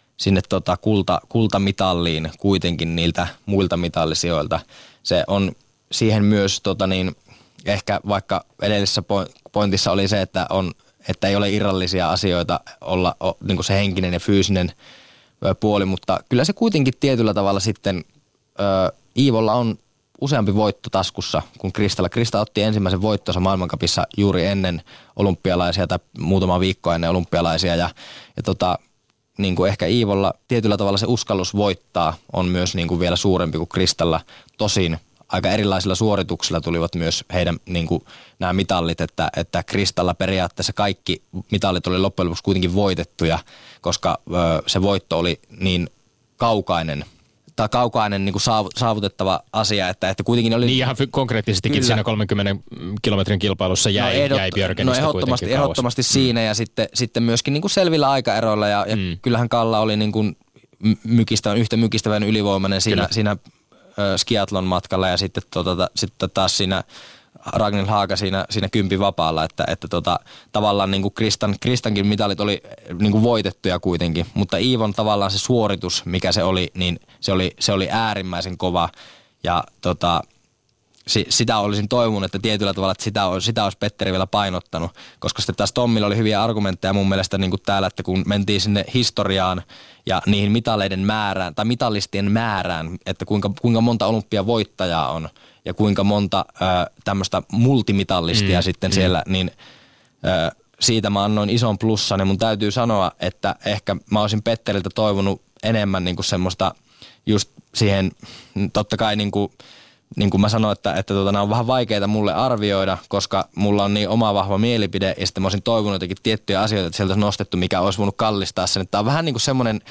kultamitalliin kuitenkin niiltä muilta mitallisijoilta. Se on siihen myös ehkä vaikka edellisessä pointissa oli se, että ei ole irrallisia asioita olla niinku se henkinen ja fyysinen puoli, mutta kyllä se kuitenkin tietyllä tavalla sitten Iivolla on useampi voitto taskussa kuin Kristalla. Krista otti ensimmäisen voittonsa maailmancupissa juuri ennen olympialaisia tai muutama viikko ennen olympialaisia ja niin kuin ehkä Iivolla tietyllä tavalla se uskallus voittaa on myös niin kuin vielä suurempi kuin Kristalla. Tosin aika erilaisilla suorituksilla tulivat myös heidän niin kuin nämä mitallit, että Kristalla periaatteessa kaikki mitallit oli loppujen lopuksi kuitenkin voitettuja, koska se voitto oli niin kaukainen niin kuin saavutettava asia, että kuitenkin oli. Niin ihan konkreettisestikin kyllä. Siinä 30 kilometrin kilpailussa jäi Björgenistä kuitenkin ehdottomasti siinä ja sitten myöskin niin kuin selvillä aikaeroilla ja kyllähän Kalla oli niin kuin yhtä mykistävän ylivoimainen siinä skiathlon matkalla ja sitten taas siinä Ragnhild Haga siinä 10 vapaalla, että tavallaan niin kuin Kristankin mitalit oli niin kuin voitettuja kuitenkin, mutta Iivon tavallaan se suoritus, mikä se oli, niin se oli äärimmäisen kova ja sitä olisin toivonut, että tietyllä tavalla, että sitä olisi Petteri vielä painottanut, koska sitten taas Tommilla oli hyviä argumentteja mun mielestä niin kuin täällä, että kun mentiin sinne historiaan ja niihin mitaleiden määrään tai mitallistien määrään, että kuinka monta olympiavoittajaa on ja kuinka monta tämmöistä multimitallistia sitten siellä, niin siitä mä annoin ison plussan ja mun täytyy sanoa, että ehkä mä olisin Petteriltä toivonut enemmän niin kuin semmoista just siihen, totta kai niin kuin mä sanoin, että nämä on vähän vaikeita mulle arvioida, koska mulla on niin oma vahva mielipide ja sitten mä olisin toivonut jotenkin tiettyjä asioita, että sieltä olisi nostettu, mikä olisi voinut kallistaa sen. Tämä on vähän niin kuin semmoinen,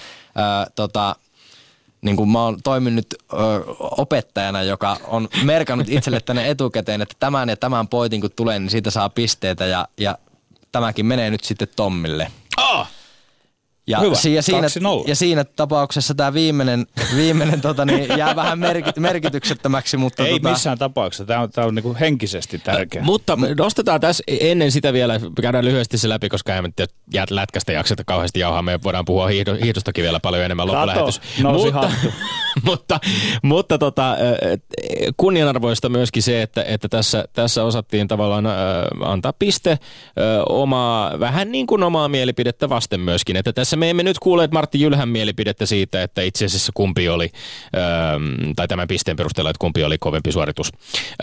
niin kuin mä oon toiminut opettajana, joka on merkannut itselle tänne etukäteen, että tämän ja tämän pointin kun tulee, niin siitä saa pisteitä ja tämäkin menee nyt sitten Tommille. Ja, hyvä, ja siinä tapauksessa tämä viimeinen jää vähän merkityksettömäksi. Mutta ei missään tapauksessa. Tämä on niinku henkisesti tärkeä. Mutta nostetaan tässä ennen sitä vielä, käydään lyhyesti se läpi, koska emme jäät lätkästä jakseta kauheasti jauhaa. Me voidaan puhua hiihdostakin vielä paljon enemmän loppulähetys. Mutta kunnianarvoista myöskin se, että tässä osattiin tavallaan antaa piste vähän niin kuin omaa mielipidettä vasten myöskin. Että tässä me emme nyt kuulleet Martti Jylhän mielipidettä siitä, että itse asiassa kumpi oli, tai tämän pisteen perusteella, että kumpi oli kovempi suoritus.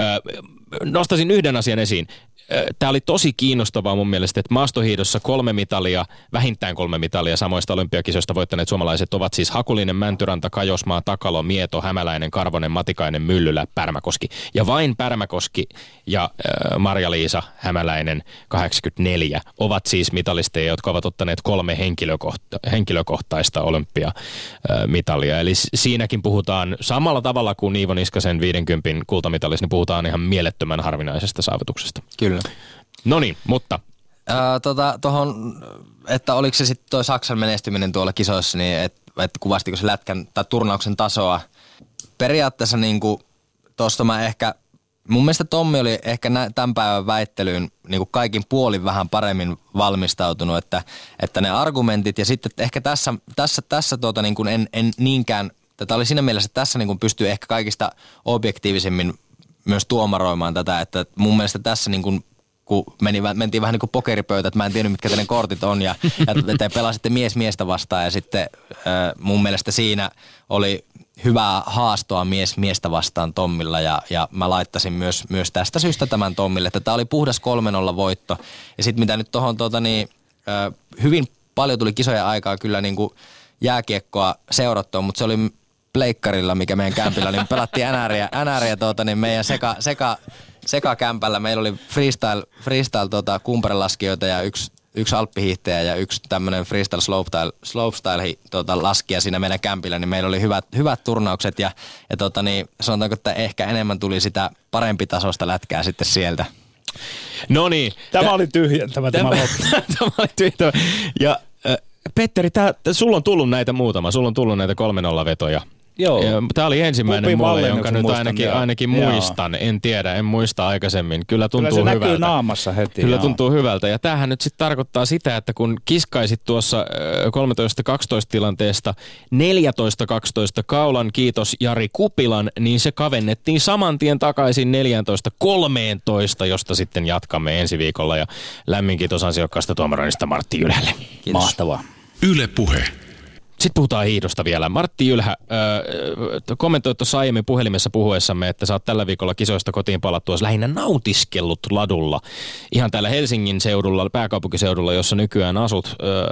Nostaisin yhden asian esiin. Tämä oli tosi kiinnostavaa mun mielestä, että maastohiihdossa vähintään 3 mitalia samoista olympiakisoista voittaneet suomalaiset ovat siis Hakulinen, Mäntyranta, Kajosmaa, Takalo, Mieto, Hämäläinen, Karvonen, Matikainen, Myllylä, Pärmäkoski. Ja vain Pärmäkoski ja Marja-Liisa Hämäläinen 84 ovat siis mitalisteja, jotka ovat ottaneet 3 henkilökohtaista olympiamitalia. Eli siinäkin puhutaan samalla tavalla kuin Iivo Niskasen 50 kultamitalissa, niin puhutaan ihan mielettömän harvinaisesta saavutuksesta. Kyllä. No niin, mutta tuohon, että oliko se sitten tuo Saksan menestyminen tuolla kisoissa, niin että kuvastiko se lätkän tai turnauksen tasoa. Periaatteessa niin kuin tuosta mun mielestä Tommi oli ehkä tämän päivän väittelyyn niin kuin kaikin puolin vähän paremmin valmistautunut, että ne argumentit ja sitten ehkä tässä niin kuin en niinkään, tätä oli siinä mielessä, että tässä niin kuin pystyy ehkä kaikista objektiivisemmin myös tuomaroimaan tätä, että mun mielestä tässä niin kuin, kun mentiin vähän niin kuin pokeripöytä, että mä en tiennyt, mitkä teidän kortit on ja te pelasitte miestä vastaan ja sitten mun mielestä siinä oli hyvää haastoa miestä vastaan Tommilla ja mä laittasin myös tästä syystä tämän Tommille, että tää oli puhdas 3-0 voitto ja sitten mitä nyt tuohon hyvin paljon tuli kisojen aikaa kyllä niin kuin jääkiekkoa seurattua, mutta se oli pleikkarilla, mikä meidän kämpillä, niin pelattiin NRiä meidän sekakämpällä. Meillä oli freestyle kumparilaskijoita ja yksi alppihiihtäjä ja yksi tämmöinen freestyle slopestyle laskija siinä meidän kämpillä, niin meillä oli hyvät turnaukset ja sanotaanko, että ehkä enemmän tuli sitä parempi tasosta lätkää sitten sieltä. No niin. Tämä oli tyhjentävä tämä loppu. Tämä oli tyhjentävä. Ja Petteri, sulla on tullut näitä muutama, sulla on tullut näitä 3-0 vetoja. Joo. Tämä oli ensimmäinen mulle, jonka nyt ainakin muistan. En muista aikaisemmin. Kyllä tuntuu hyvältä. Kyllä se näkyy naamassa heti. Kyllä tuntuu hyvältä. Ja tämähän nyt sitten tarkoittaa sitä, että kun kiskaisit tuossa 13-12 tilanteesta 14-12 kaulan, kiitos Jari Kupilan, niin se kavennettiin saman tien takaisin 14-13, josta sitten jatkamme ensi viikolla. Ja lämmin kiitos ansiokkaasta tuomaroinnista Martti Jylhälle. Kiitos. Mahtavaa. Yle Puhe. Sitten puhutaan hiihdosta vielä. Martti Jylhä kommentoi tuossa aiemmin puhelimessa puhuessamme, että sä oot tällä viikolla kisoista kotiin palattua lähinnä nautiskellut ladulla. Ihan täällä Helsingin seudulla, pääkaupunkiseudulla, jossa nykyään asut.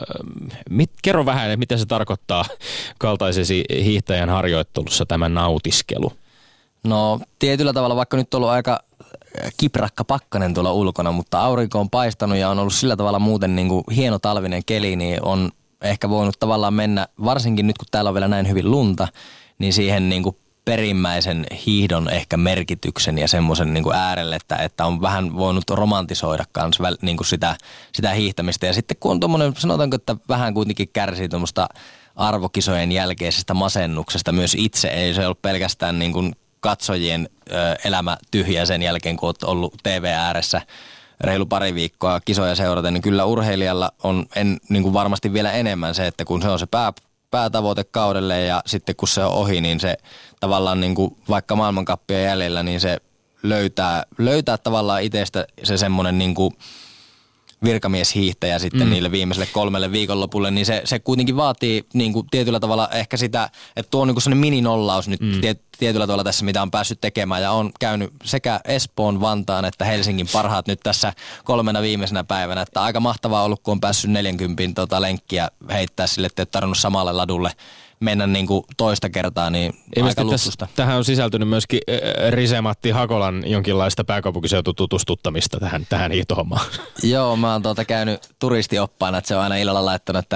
Kerro vähän, että mitä se tarkoittaa kaltaisesi hiihtäjän harjoittelussa tämä nautiskelu? No tietyllä tavalla, vaikka nyt on ollut aika kiprakka pakkanen tuolla ulkona, mutta aurinko on paistanut ja on ollut sillä tavalla muuten niin kuin hieno talvinen keli, niin on ehkä voinut tavallaan mennä, varsinkin nyt kun täällä on vielä näin hyvin lunta, niin siihen niin kuin perimmäisen hiihdon ehkä merkityksen ja semmoisen niin kuin äärelle, että on vähän voinut romantisoida kanssa niin kuin sitä hiihtämistä. Ja sitten kun on tommoinen, sanotaanko, että vähän kuitenkin kärsii tuommoista arvokisojen jälkeisestä masennuksesta myös itse, ei se ole pelkästään niin kuin katsojien elämä tyhjä sen jälkeen, kun olet ollut TV-ääressä reilu pari viikkoa kisoja seurata, niin kyllä urheilijalla on niin kuin varmasti vielä enemmän se, että kun se on se päätavoite kaudelle ja sitten kun se on ohi, niin se tavallaan niin kuin vaikka maailmankappia jäljellä, niin se löytää tavallaan itsestä se semmoinen niinku virkamieshiihtäjä sitten niille viimeiselle 3 viikonlopulle, niin se kuitenkin vaatii niinku tietyllä tavalla ehkä sitä, että tuo on niinku sellainen mininollaus nyt tietyllä tavalla tässä, mitä on päässyt tekemään, ja on käynyt sekä Espoon, Vantaan että Helsingin parhaat nyt tässä 3 viimeisenä päivänä, että aika mahtavaa ollut, kun on päässyt 40 lenkkiä heittää sille, että ei ole tarvinnut samalle ladulle mennä niin kuin toista kertaa, niin aika luksusta. Tähän on sisältynyt myöskin Rise-Matti Hakolan jonkinlaista pääkaupunkiseutu-tutustuttamista tähän hiihtohommaan. Joo, mä oon käynyt turistioppaana, että se on aina illalla laittanut,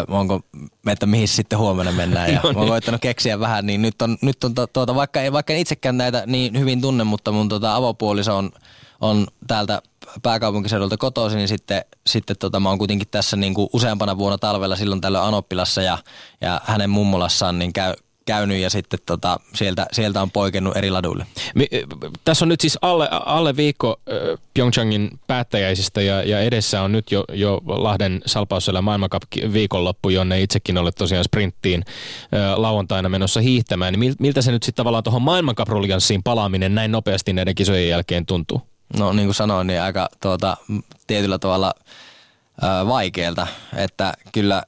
että mihin sitten huomenna mennään. Ja mä oon koittanut keksiä vähän, niin nyt on vaikka en itsekään näitä niin hyvin tunne, mutta mun avopuoliso on täältä pääkaupunkiseudulta kotoisin, niin sitten mä oon kuitenkin tässä niin kuin useampana vuonna talvella silloin tällöin Anoppilassa ja hänen mummolassaan niin käynyt ja sitten sieltä on poikennut eri laduille. Tässä on nyt siis alle viikko Pyeongchangin päättäjäisistä ja edessä on nyt jo Lahden Salpausselän maailmancup viikonloppu, jonne itsekin olet tosiaan sprinttiin lauantaina menossa hiihtämään. Niin miltä se nyt sitten tavallaan tuohon maailmancup-ruljanssiin palaaminen näin nopeasti näiden kisojen jälkeen tuntuu? No niin kuin sanoin, niin aika tietyllä tavalla vaikealta, että kyllä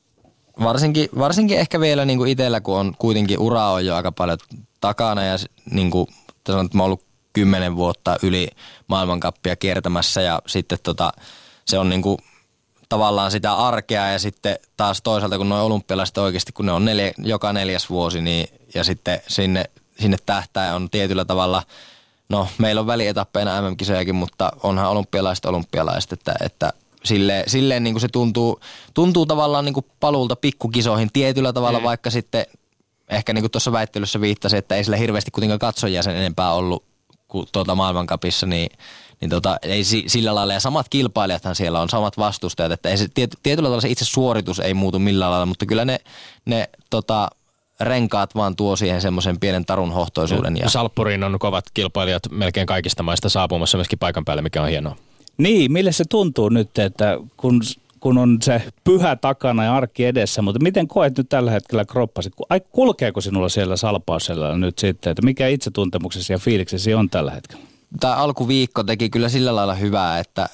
varsinkin ehkä vielä niin kuin itsellä, kun on kuitenkin ura on jo aika paljon takana ja niin kuin sanon, että mä oon ollut 10 vuotta yli maailmankappia kiertämässä ja sitten se on niin kuin tavallaan sitä arkea ja sitten taas toisaalta kun nuo olympialaiset oikeasti, kun ne on joka 4. vuosi niin, ja sitten sinne tähtää on tietyllä tavalla. No, meillä on välietappeina MM-kisojakin, mutta onhan olympialaiset, että silleen niin kuin se tuntuu tavallaan niin kuin paluulta pikkukisoihin tietyllä tavalla, vaikka sitten ehkä niin kuin tuossa väittelyssä viittasi, että ei sillä hirveästi kuitenkaan katsojia sen enempää ollut kuin maailmancupissa, niin ei sillä lailla, ja samat kilpailijathan siellä on, samat vastustajat, että ei se, tietyllä tavalla se itse suoritus ei muutu millään lailla, mutta kyllä ne renkaat vaan tuo siihen semmoisen pienen tarun hohtoisuuden. Ja Salppuriin on kovat kilpailijat melkein kaikista maista saapumassa myöskin paikan päälle, mikä on hienoa. Niin, mille se tuntuu nyt, että kun on se pyhä takana ja arki edessä, mutta miten koet nyt tällä hetkellä kroppasi? Kulkeeko sinulla siellä Salpausselällä nyt sitten, että mikä itsetuntemuksesi ja fiiliksesi on tällä hetkellä? Tämä alkuviikko teki kyllä sillä lailla hyvää, että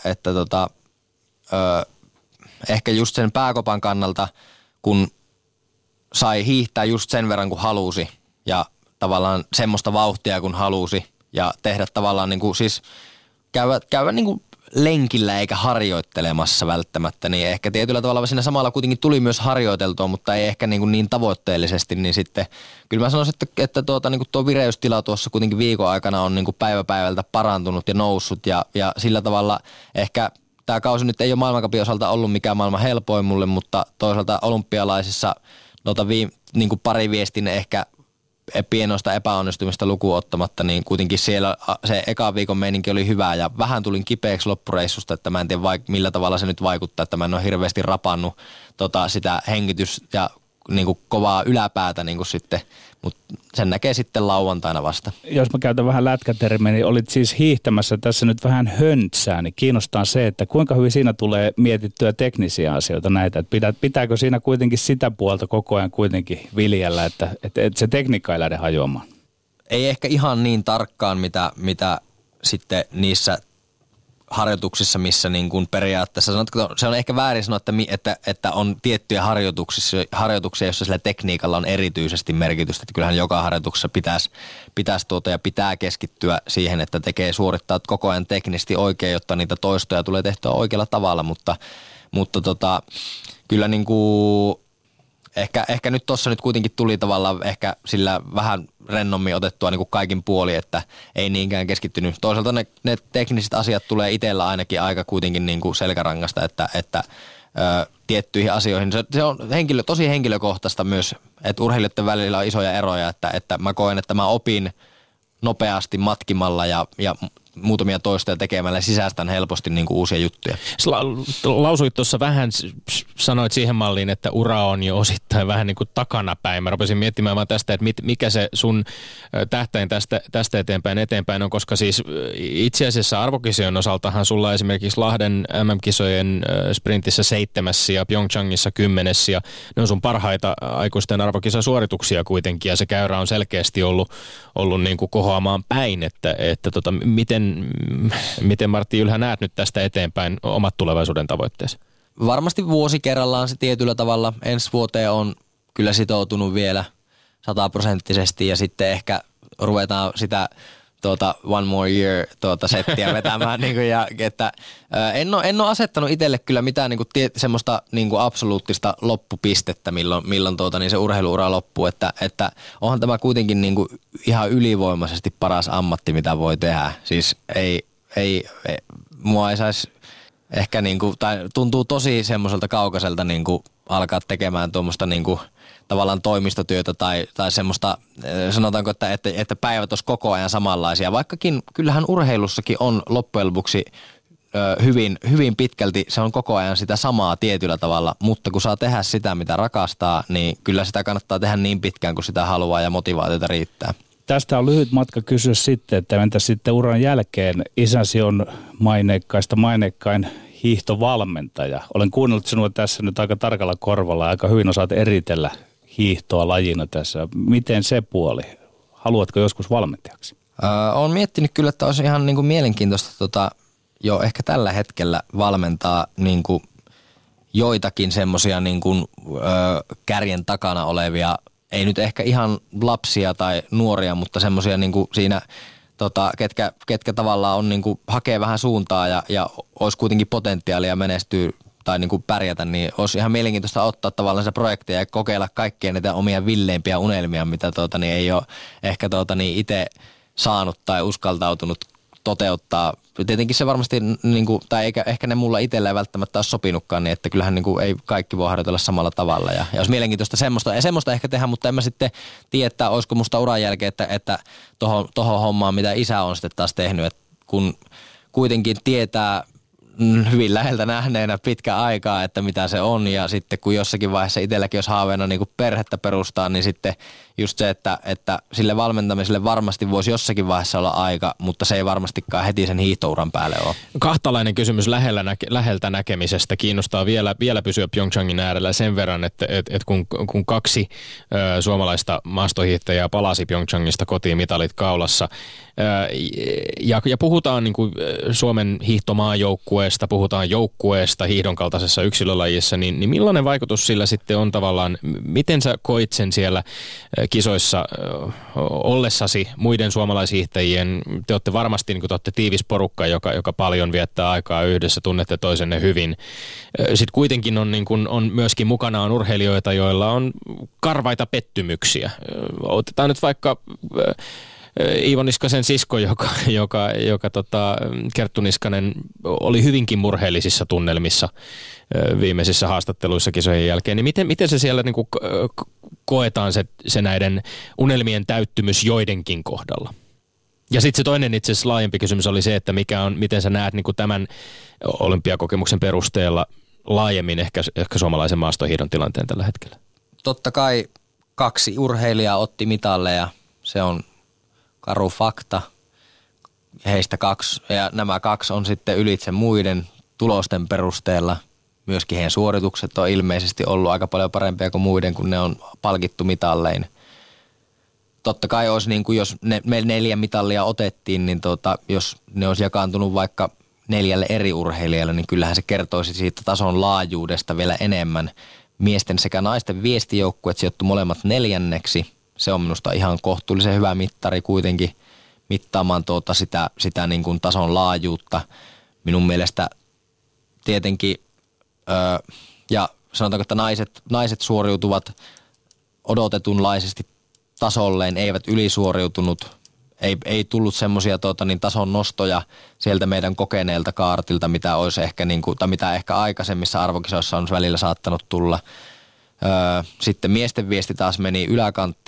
ehkä just sen pääkopan kannalta, kun sai hiihtää just sen verran kuin halusi ja tavallaan semmoista vauhtia kun halusi ja tehdä tavallaan niin kuin siis käydä niin kuin lenkillä eikä harjoittelemassa välttämättä, niin ehkä tietyllä tavalla siinä samalla kuitenkin tuli myös harjoiteltua, mutta ei ehkä niin tavoitteellisesti, niin sitten kyllä mä sanoisin, että niin kuin tuo vireystila tuossa kuitenkin viikon aikana on niin kuin päivä päivältä parantunut ja noussut ja sillä tavalla ehkä tämä kausi nyt ei ole maailmancupin osalta ollut mikään maailman helpoin mulle, mutta toisaalta olympialaisissa niin kuin pari viestin ehkä pienoista epäonnistumista lukuun ottamatta, niin kuitenkin siellä se eka viikon meininki oli hyvä ja vähän tulin kipeäksi loppureissusta, että mä en tiedä millä tavalla se nyt vaikuttaa, että mä en ole hirveästi rapannut sitä hengitys- ja niin kuin kovaa yläpäätä niin kuin sitten, mutta sen näkee sitten lauantaina vasta. Jos mä käytän vähän lätkätermiä, niin olit siis hiihtämässä tässä nyt vähän höntsää, niin kiinnostaa se, että kuinka hyvin siinä tulee mietittyä teknisiä asioita näitä, että pitääkö siinä kuitenkin sitä puolta koko ajan kuitenkin viljellä, että se tekniikka ei lähde hajoamaan? Ei ehkä ihan niin tarkkaan, mitä sitten niissä harjoituksissa, missä niin kuin periaatteessa, se on ehkä väärin sanoa, että on tiettyjä harjoituksia, joissa sillä tekniikalla on erityisesti merkitystä. Että kyllähän joka harjoituksessa pitäisi ja pitää keskittyä siihen, että suorittaa koko ajan teknisesti oikein, jotta niitä toistoja tulee tehtyä oikealla tavalla, mutta kyllä niin kuin Ehkä nyt tuossa nyt kuitenkin tuli tavallaan ehkä sillä vähän rennommin otettua niin kuin kaikin puoli, että ei niinkään keskittynyt. Toisaalta ne tekniset asiat tulee itsellä ainakin aika kuitenkin niin kuin selkärangasta, että tiettyihin asioihin. Se on tosi henkilökohtaista myös, että urheilijoiden välillä on isoja eroja, että mä koen, että mä opin nopeasti matkimalla ja muutamia toistoja tekemällä sisäistän helposti niin kuin uusia juttuja. Lausuit tuossa vähän, sanoit siihen malliin, että ura on jo osittain vähän niin kuin takanapäin. Mä rupesin miettimään vaan tästä, että mikä se sun tähtäin tästä eteenpäin on, koska siis itse asiassa arvokisojen osaltahan sulla esimerkiksi Lahden MM-kisojen sprintissä 7. ja Pyeongchangissa 10. ja ne on sun parhaita aikuisten arvokisasuorituksia kuitenkin, ja se käyrä on selkeästi ollut niin kuin kohoamaan päin, että miten Martti Ylhä näet nyt tästä eteenpäin omat tulevaisuuden tavoitteesi? Varmasti vuosi kerrallaan se tietyllä tavalla. Ensi vuoteen on kyllä sitoutunut vielä 100% ja sitten ehkä ruvetaan sitä one more year settiä vetämään. Niin kuin, ja, että, en ole asettanut itselle kyllä mitään niin kuin, semmoista niin kuin absoluuttista loppupistettä, milloin niin se urheiluura loppuu. Että onhan tämä kuitenkin niin kuin, ihan ylivoimaisesti paras ammatti, mitä voi tehdä. Siis mua ei saisi ehkä, niin kuin, tai tuntuu tosi semmoiselta kaukaiselta niin kuin, alkaa tekemään tuommoista niin kuin, tavallaan toimistotyötä tai semmoista, sanotaanko, että päivät olisi koko ajan samanlaisia. Vaikkakin kyllähän urheilussakin on loppujen lopuksi hyvin pitkälti, se on koko ajan sitä samaa tietyllä tavalla, mutta kun saa tehdä sitä, mitä rakastaa, niin kyllä sitä kannattaa tehdä niin pitkään, kun sitä haluaa ja motivaatiota riittää. Tästä on lyhyt matka kysyä sitten, että entä sitten uran jälkeen? Isäsi on maineikkain hiihtovalmentaja. Olen kuunnellut sinua tässä nyt aika tarkalla korvalla, aika hyvin osaat eritellä hiihtoa lajina tässä. Miten se puoli? Haluatko joskus valmentajaksi? Olen miettinyt kyllä, että olisi ihan niin kuin mielenkiintoista jo ehkä tällä hetkellä valmentaa niin kuin joitakin semmoisia niin kuin kärjen takana olevia, ei nyt ehkä ihan lapsia tai nuoria, mutta semmoisia niin kuin siinä, ketkä tavallaan on niin kuin hakee vähän suuntaa ja olisi kuitenkin potentiaalia menestyä tai niin kuin pärjätä, niin olisi ihan mielenkiintoista ottaa tavallaan se projekteja ja kokeilla kaikkia niitä omia villeimpiä unelmia, mitä ei ole ehkä itse saanut tai uskaltautunut toteuttaa. Tietenkin se varmasti, niin kuin, tai ehkä ne mulla itsellä ei välttämättä ole sopinutkaan, niin että kyllähän niin kuin ei kaikki voi harjoitella samalla tavalla. Ja olisi mielenkiintoista semmoista ehkä tehdä, mutta en mä sitten tiedä, että olisiko musta uran jälkeen, että tohon hommaan, mitä isä on sitten taas tehnyt, että kun kuitenkin tietää hyvin läheltä nähneenä pitkä aikaa, että mitä se on, ja sitten kun jossakin vaiheessa itselläkin olisi haaveena niin kuin perhettä perustaa, niin sitten just se, että sille valmentamiselle varmasti voisi jossakin vaiheessa olla aika, mutta se ei varmastikaan heti sen hiihtouran päälle ole. Kahtalainen kysymys läheltä näkemisestä. Kiinnostaa vielä pysyä Pyeongchangin äärellä sen verran, että kun 2 suomalaista maastohiihtäjää palasi Pyeongchangista kotiin mitalit kaulassa, ja puhutaan niin kuin Suomen hiihtomaajoukkueesta, puhutaan joukkueesta hiihdon kaltaisessa yksilölajissa, niin millainen vaikutus sillä sitten on tavallaan, miten sä koit sen siellä kisoissa ollessasi muiden suomalaishiihtäjien? Te olette varmasti niin kuin te olette tiivis porukka, joka paljon viettää aikaa yhdessä, tunnette toisenne hyvin. Sitten kuitenkin on myöskin mukanaan urheilijoita, joilla on karvaita pettymyksiä. Otetaan nyt vaikka Iivo Niskasen sisko, joka Kerttu Niskanen oli hyvinkin murheellisissa tunnelmissa viimeisissä haastatteluissa kisojen jälkeen. Niin miten se siellä niin kuin koetaan se näiden unelmien täyttymys joidenkin kohdalla? Ja sitten se toinen itse asiassa laajempi kysymys oli se, että miten sä näet niin kuin tämän olympiakokemuksen perusteella laajemmin ehkä suomalaisen maastohiidon tilanteen tällä hetkellä? Totta kai 2 urheilijaa otti mitalleja, se on karu fakta. Heistä 2, ja nämä 2 on sitten ylitse muiden tulosten perusteella. Myöskin heidän suoritukset on ilmeisesti ollut aika paljon parempia kuin muiden, kun ne on palkittu mitallein. Totta kai olisi niin kuin jos me 4 mitallia otettiin, niin jos ne olisi jakaantunut vaikka 4 eri urheilijalle, niin kyllähän se kertoisi siitä tason laajuudesta vielä enemmän. Miesten sekä naisten viestijoukkueet sijoittu molemmat 4. Se on minusta ihan kohtuullisen hyvä mittari kuitenkin mittaamaan sitä niin kuin tason laajuutta. Minun mielestä tietenkin, ja sanotaanko, että naiset suoriutuvat odotetunlaisesti tasolleen, eivät ylisuoriutunut. Ei tullut semmoisia tason nostoja sieltä meidän kokeneelta kaartilta, mitä olisi ehkä tai mitä ehkä aikaisemmissa arvokisoissa on välillä saattanut tulla. Sitten miesten viesti taas meni yläkanttiin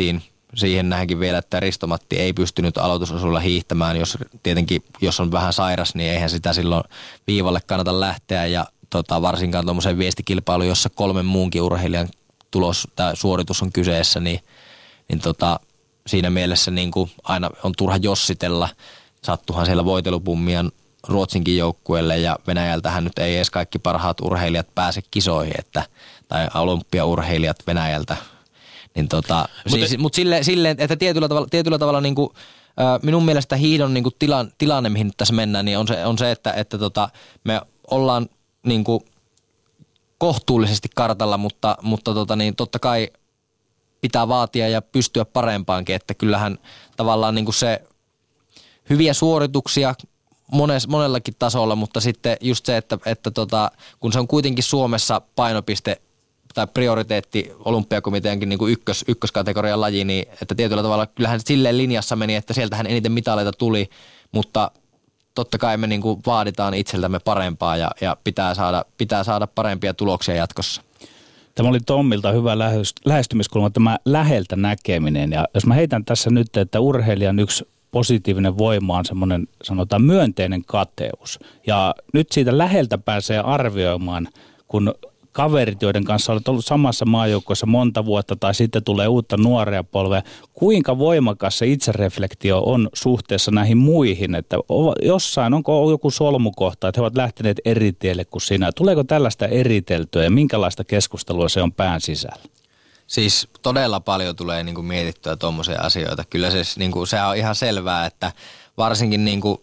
siihen nähänkin vielä, että Risto-Matti ei pystynyt aloitusosuudella hiihtämään. Jos on vähän sairas, niin eihän sitä silloin viivalle kannata lähteä. Ja varsinkaan tuommoisen viestikilpailuun, jossa 3 muunkin urheilijan tulos tai suoritus on kyseessä, niin siinä mielessä niin kuin aina on turha jossitella. Sattuhan siellä voitelupummia Ruotsinkin joukkueelle ja Venäjältähän nyt ei edes kaikki parhaat urheilijat pääse kisoihin, tai olympiaurheilijat Venäjältä. Niin mutta silleen, että tietyllä tavalla niin kuin, minun mielestä hiihdon niin kuin tilanne, mihin nyt tässä mennään, niin on se että me ollaan niin kuin kohtuullisesti kartalla, mutta niin totta kai pitää vaatia ja pystyä parempaankin, että kyllähän tavallaan niin kuin se hyviä suorituksia monellakin tasolla, mutta sitten just se, että kun se on kuitenkin Suomessa painopiste tai prioriteetti olympiakomiteankin niin kuin ykköskategorian laji, niin että tietyllä tavalla kyllähän silleen linjassa meni, että sieltähän eniten mitaleita tuli, mutta totta kai me niin kuin vaaditaan itseltämme parempaa ja pitää saada parempia tuloksia jatkossa. Tämä oli Tommilta hyvä lähestymiskulma, tämä läheltä näkeminen. Ja jos mä heitän tässä nyt, että urheilijan yksi positiivinen voima on semmoinen, sanotaan, myönteinen kateus. Ja nyt siitä läheltä pääsee arvioimaan, kun kaverit, joiden kanssa olet ollut samassa maajoukkueessa monta vuotta tai sitten tulee uutta nuoria polvea, kuinka voimakas se itsereflektio on suhteessa näihin muihin, että jossain onko joku solmukohta, että he ovat lähteneet eri tielle kuin sinä. Tuleeko tällaista eriteltyä ja minkälaista keskustelua se on pään sisällä? Siis todella paljon tulee niin kuin mietittyä tuommoisia asioita. Kyllä se, niin kuin, sehän on ihan selvää, että varsinkin niin kuin,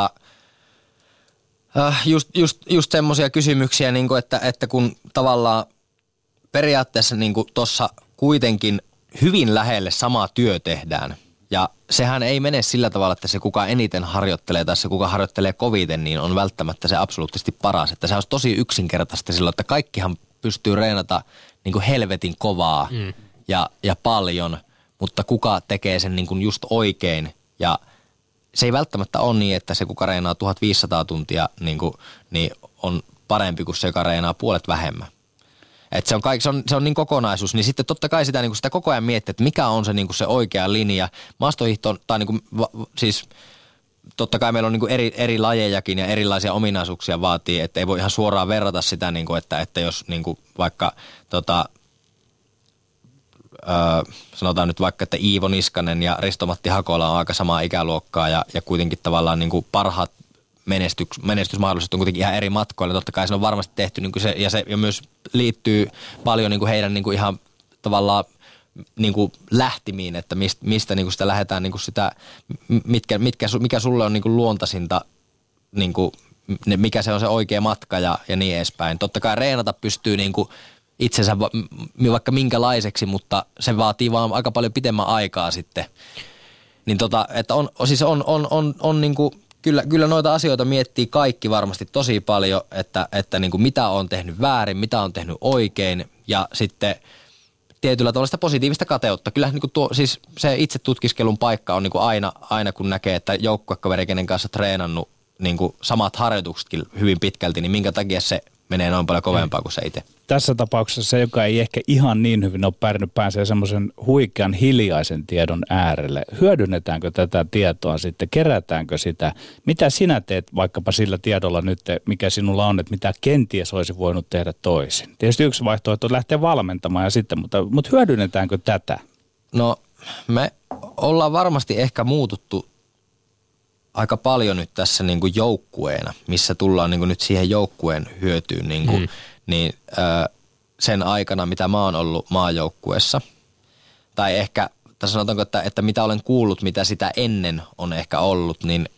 just semmoisia kysymyksiä, niin kuin, että kun tavallaan periaatteessa niin kuin tuossa kuitenkin hyvin lähelle sama työ tehdään. Ja sehän ei mene sillä tavalla, että se kuka eniten harjoittelee tai se kuka harjoittelee koviten, niin on välttämättä se absoluuttisesti paras. Että se olisi tosi yksinkertaista silloin, että kaikkihan pystyy reenata niin kuin helvetin kovaa ja paljon, mutta kuka tekee sen niin kuin just oikein. Ja se ei välttämättä ole niin, että se kuka reenaa 1500 tuntia niin on parempi kuin se, joka reenaa puolet vähemmän. Että se on niin kokonaisuus, niin sitten totta kai sitä, niin kuin sitä koko ajan miettii, että mikä on se, niin kuin se oikea linja. Maastohiihto, tai niin kuin, siis totta kai meillä on niin kuin eri lajejakin ja erilaisia ominaisuuksia vaatii, että ei voi ihan suoraan verrata sitä, niin kuin, että jos niin kuin vaikka sanotaan nyt vaikka, että Iivo Niskanen ja Risto-Matti Hakola on aika samaa ikäluokkaa ja kuitenkin tavallaan niin kuin parhaat menestysmahdollisuudet on kuitenkin ihan eri matkoilla. Totta kai se on varmasti tehty niin kuin se, ja myös liittyy paljon niin kuin heidän niin kuin ihan tavallaan niin kuin lähtimiin, että mistä niin kuin sitä lähdetään niin kuin sitä, mikä sulle on niin kuin luontaisinta, niin kuin, mikä se on se oikea matka ja niin edespäin. Totta kai reenata pystyy niin kuin itsensä vaikka minkälaiseksi, mutta se vaatii vaan aika paljon pitemmän aikaa sitten. Niin että on niin kuin, kyllä noita asioita miettii kaikki varmasti tosi paljon, että niin kuin mitä on tehnyt väärin, mitä on tehnyt oikein ja sitten tietyllä tavalla sitä positiivista kateutta. Kyllä niin kuin siis se itse tutkiskelun paikka on niin kuin aina kun näkee, että joukkuekaveri, kenen kanssa treenannut niin kuin samat harjoituksetkin hyvin pitkälti, niin minkä takia se menee noin paljon kovempaa kuin se itse. Tässä tapauksessa se, joka ei ehkä ihan niin hyvin ole pärjännyt, pääsee semmoisen huikean hiljaisen tiedon äärelle. Hyödynnetäänkö tätä tietoa sitten? Kerätäänkö sitä? Mitä sinä teet vaikkapa sillä tiedolla nyt, mikä sinulla on, että mitä kenties olisi voinut tehdä toisin? Tietysti yksi vaihtoehto on lähteä valmentamaan ja sitten, mutta hyödynnetäänkö tätä? No me ollaan varmasti ehkä muututtu aika paljon nyt tässä niin kuin joukkueena, missä tullaan niin kuin nyt siihen joukkueen hyötyyn niin sen aikana, mitä mä oon ollut maajoukkueessa. Tai ehkä, tai sanotaanko, että mitä olen kuullut, mitä sitä ennen on ehkä ollut, niin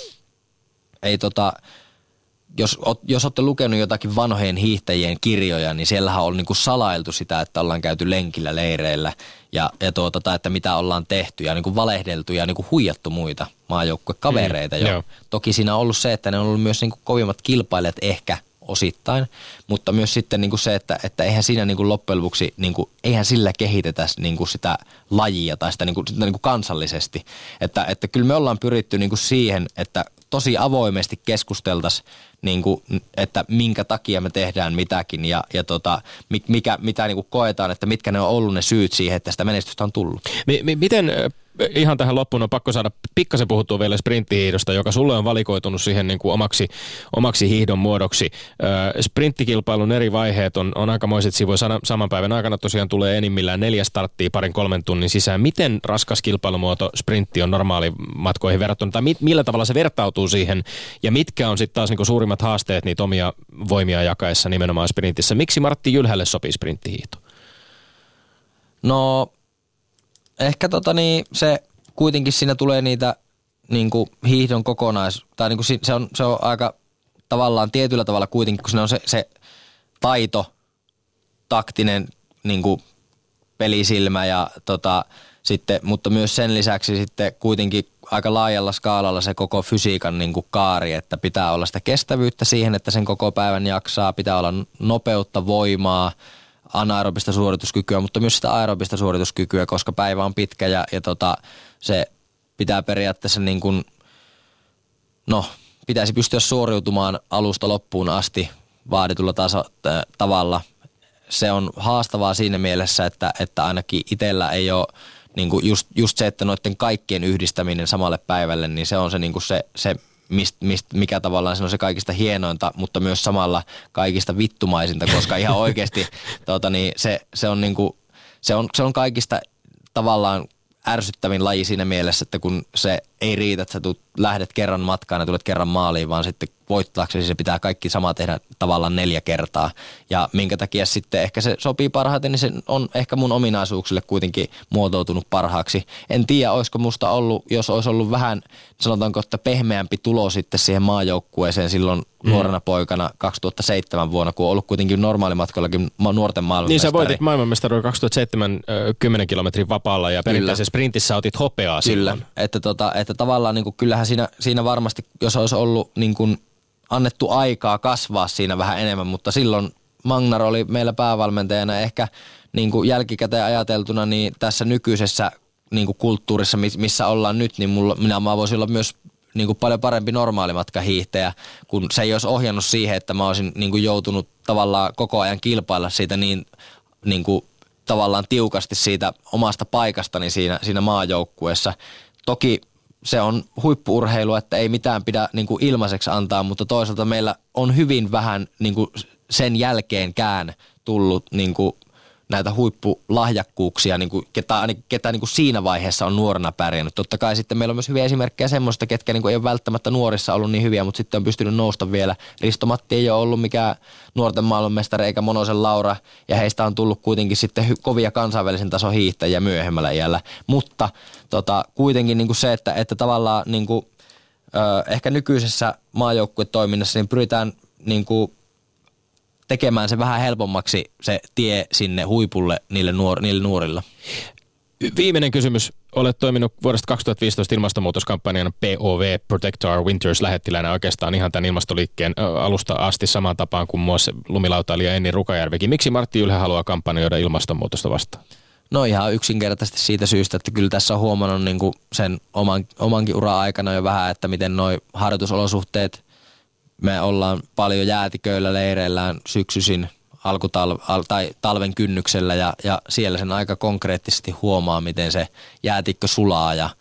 jos olette lukenut jotakin vanhojen hiihtäjien kirjoja, niin siellähän on niin kuin salailtu sitä, että ollaan käyty lenkillä leireillä ja että mitä ollaan tehty ja niin kuin valehdeltu ja niin kuin huijattu muita maajoukkuekavereita jo. Toki siinä on ollut se, että ne on ollut myös niin kuin kovimmat kilpailijat ehkä osittain, mutta myös sitten niin kuin se, että eihän siinä niin kuin loppujen lopuksi, niin kuin, eihän sillä kehitetä niin kuin sitä lajia tai sitä, niin kuin kansallisesti. Että kyllä me ollaan pyritty niin kuin siihen, että tosi avoimesti keskusteltaisiin, niin kuin, että minkä takia me tehdään mitäkin ja mitä niin kuin koetaan, että mitkä ne on ollut ne syyt siihen, että sitä menestystä on tullut. Miten ihan tähän loppuun on pakko saada pikkasen puhuttua vielä sprinttihiihdosta, joka sulle on valikoitunut siihen niin kuin omaksi hiihdon muodoksi. Sprinttikilpailun eri vaiheet on aikamoiset sivuja. Saman päivän aikana tosiaan tulee enimmillään 4 starttia 2-3 tunnin sisään. Miten raskas kilpailumuoto sprintti on normaalimatkoihin verrattuna? Tai millä tavalla se vertautuu siihen? Ja mitkä on sitten taas niin kuin suurimmat haasteet niitä omia voimia jakaessa nimenomaan sprintissä? Miksi Martti Jylhälle sopii sprinttihiihto? No ehkä se kuitenkin siinä tulee niitä niinku hiihdon tai niinku se on aika tavallaan tietyllä tavalla kuitenkin, kun siinä on se taito, taktinen niinku pelisilmä ja sitten, mutta myös sen lisäksi sitten kuitenkin aika laajalla skaalalla se koko fysiikan niinku kaari, että pitää olla sitä kestävyyttä siihen, että sen koko päivän jaksaa, pitää olla nopeutta, voimaa, anaerobista suorituskykyä, mutta myös sitä aerobista suorituskykyä, koska päivä on pitkä ja se pitää periaatteessa niin kuin, pitäisi pystyä suoriutumaan alusta loppuun asti vaaditulla tavalla. Se on haastavaa siinä mielessä, että ainakin itsellä ei ole niin kuin just se, että noiden kaikkien yhdistäminen samalle päivälle, niin se on se, niin kuin se mikä tavallaan se on se kaikista hienointa, mutta myös samalla kaikista vittumaisinta, koska ihan oikeasti se on niinku se on kaikista tavallaan ärsyttävin laji siinä mielessä, että kun se ei riitä, että sä lähdet kerran matkaan ja tulet kerran maaliin, vaan sitten voittaaksesi se pitää kaikki sama tehdä tavallaan 4 kertaa. Ja minkä takia sitten ehkä se sopii parhaiten, niin se on ehkä mun ominaisuuksille kuitenkin muotoutunut parhaaksi. En tiedä, olisiko musta ollut, jos olisi ollut vähän, sanotaanko, että pehmeämpi tulo sitten siihen maajoukkueeseen silloin nuorena poikana 2007 vuonna, kun on ollut kuitenkin normaalimatkoillakin nuorten maailmanmestari. Niin sä voitit maailmanmestaruuden 2007 10 kilometrin vapaalla ja periaatteessa sprintissä otit hopeaa silloin. Kyllä, että tavallaan niin kuin, kyllähän siinä varmasti, jos olisi ollut niin kuin annettu aikaa kasvaa siinä vähän enemmän, mutta silloin Magnar oli meillä päävalmentajana ehkä niin kuin jälkikäteen ajateltuna niin tässä nykyisessä niin kuin kulttuurissa, missä ollaan nyt, niin mä voisin olla myös niin kuin paljon parempi normaalimatkahiihtäjä, kun se ei olisi ohjannut siihen, että mä olisin niin kuin joutunut tavallaan koko ajan kilpailla siitä niin kuin tavallaan tiukasti siitä omasta paikastani siinä maajoukkueessa. Toki se on huippu-urheilu, että ei mitään pidä niin kuin ilmaiseksi antaa, mutta toisaalta meillä on hyvin vähän niin kuin sen jälkeenkään tullut niin kuin näitä huippulahjakkuuksia, niin kuin ketä niin kuin siinä vaiheessa on nuorena pärjännyt. Totta kai sitten meillä on myös hyviä esimerkkejä semmoista, ketkä niin kuin ei ole välttämättä nuorissa ollut niin hyviä, mutta sitten on pystynyt nousta vielä. Risto-Matti ei ole ollut mikään nuorten maailmanmestari eikä Monosen Laura, ja heistä on tullut kuitenkin sitten kovia kansainvälisen tason hiihtäjiä myöhemmällä iällä. Mutta kuitenkin niin kuin se, että tavallaan niin kuin, ehkä nykyisessä maajoukkuetoiminnassa niin pyritään niin kuin tekemään se vähän helpommaksi se tie sinne huipulle niille nuorilla. Viimeinen kysymys. Olet toiminut vuodesta 2015 ilmastonmuutoskampanjan POV Protect Our Winters -lähettiläänä oikeastaan ihan tämän ilmastoliikkeen alusta asti samaan tapaan kuin muassa lumilautailija Enni Rukajärvikin. Miksi Martti Jylhä haluaa kampanjoida ilmastonmuutosta vastaan? No ihan yksinkertaisesti siitä syystä, että kyllä tässä on huomannut niin kuin sen omankin uran aikana jo vähän, että miten noi harjoitusolosuhteet, me ollaan paljon jäätiköillä leireillään syksyisin tai talven kynnyksellä ja siellä sen aika konkreettisesti huomaa, miten se jäätikkö sulaa ja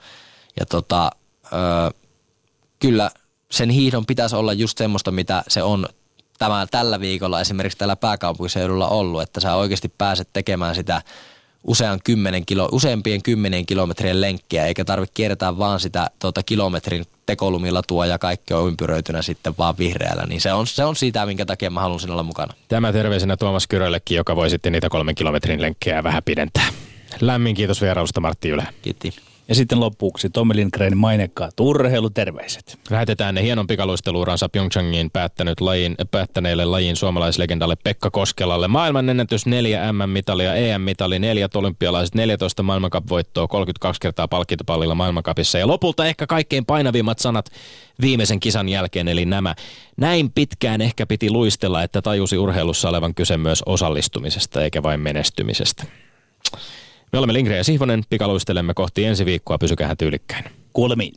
kyllä sen hiihdon pitäisi olla just semmoista, mitä se on tällä viikolla esimerkiksi tällä pääkaupunkiseudulla ollut, että sä oikeasti pääset tekemään sitä useampien 10 kilometrien lenkkiä, eikä tarvitse kiertää vaan sitä kilometrin tekolumilatua ja kaikki on ympyröitynä sitten vaan vihreällä, niin se on sitä, minkä takia mä haluan olla mukana. Tämä terveisenä Tuomas Kyröllekin, joka voi sitten niitä 3 kilometrin lenkkejä vähän pidentää. Lämmin kiitos vierailusta, Martti Jylhä. Kiitos. Ja sitten lopuksi Tommi Lindgren mainekkaat urheiluterveiset. Lähetetään ne hienon pikaluisteluuransa Pyeongchangiin päättäneelle lajin suomalaislegendalle Pekka Koskelalle. Maailmanennätys 4 MM-mitalia, EM-mitali, 4 olympialaiset, 14 maailmancupvoittoa, 32 kertaa palkintopallilla maailmancupissa. Ja lopulta ehkä kaikkein painavimmat sanat viimeisen kisan jälkeen, eli nämä. Näin pitkään ehkä piti luistella, että tajusi urheilussa olevan kyse myös osallistumisesta eikä vain menestymisestä. Me olemme Lindgren ja Sihvonen, pikaluistelemme kohti ensi viikkoa, pysykähän tyylikkäin. Kuulemiin.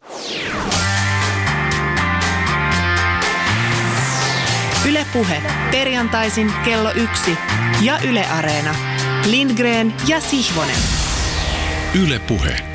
Yle Puhe, perjantaisin kello 1 ja Yle Areena. Lindgren ja Sihvonen. Yle Puhe.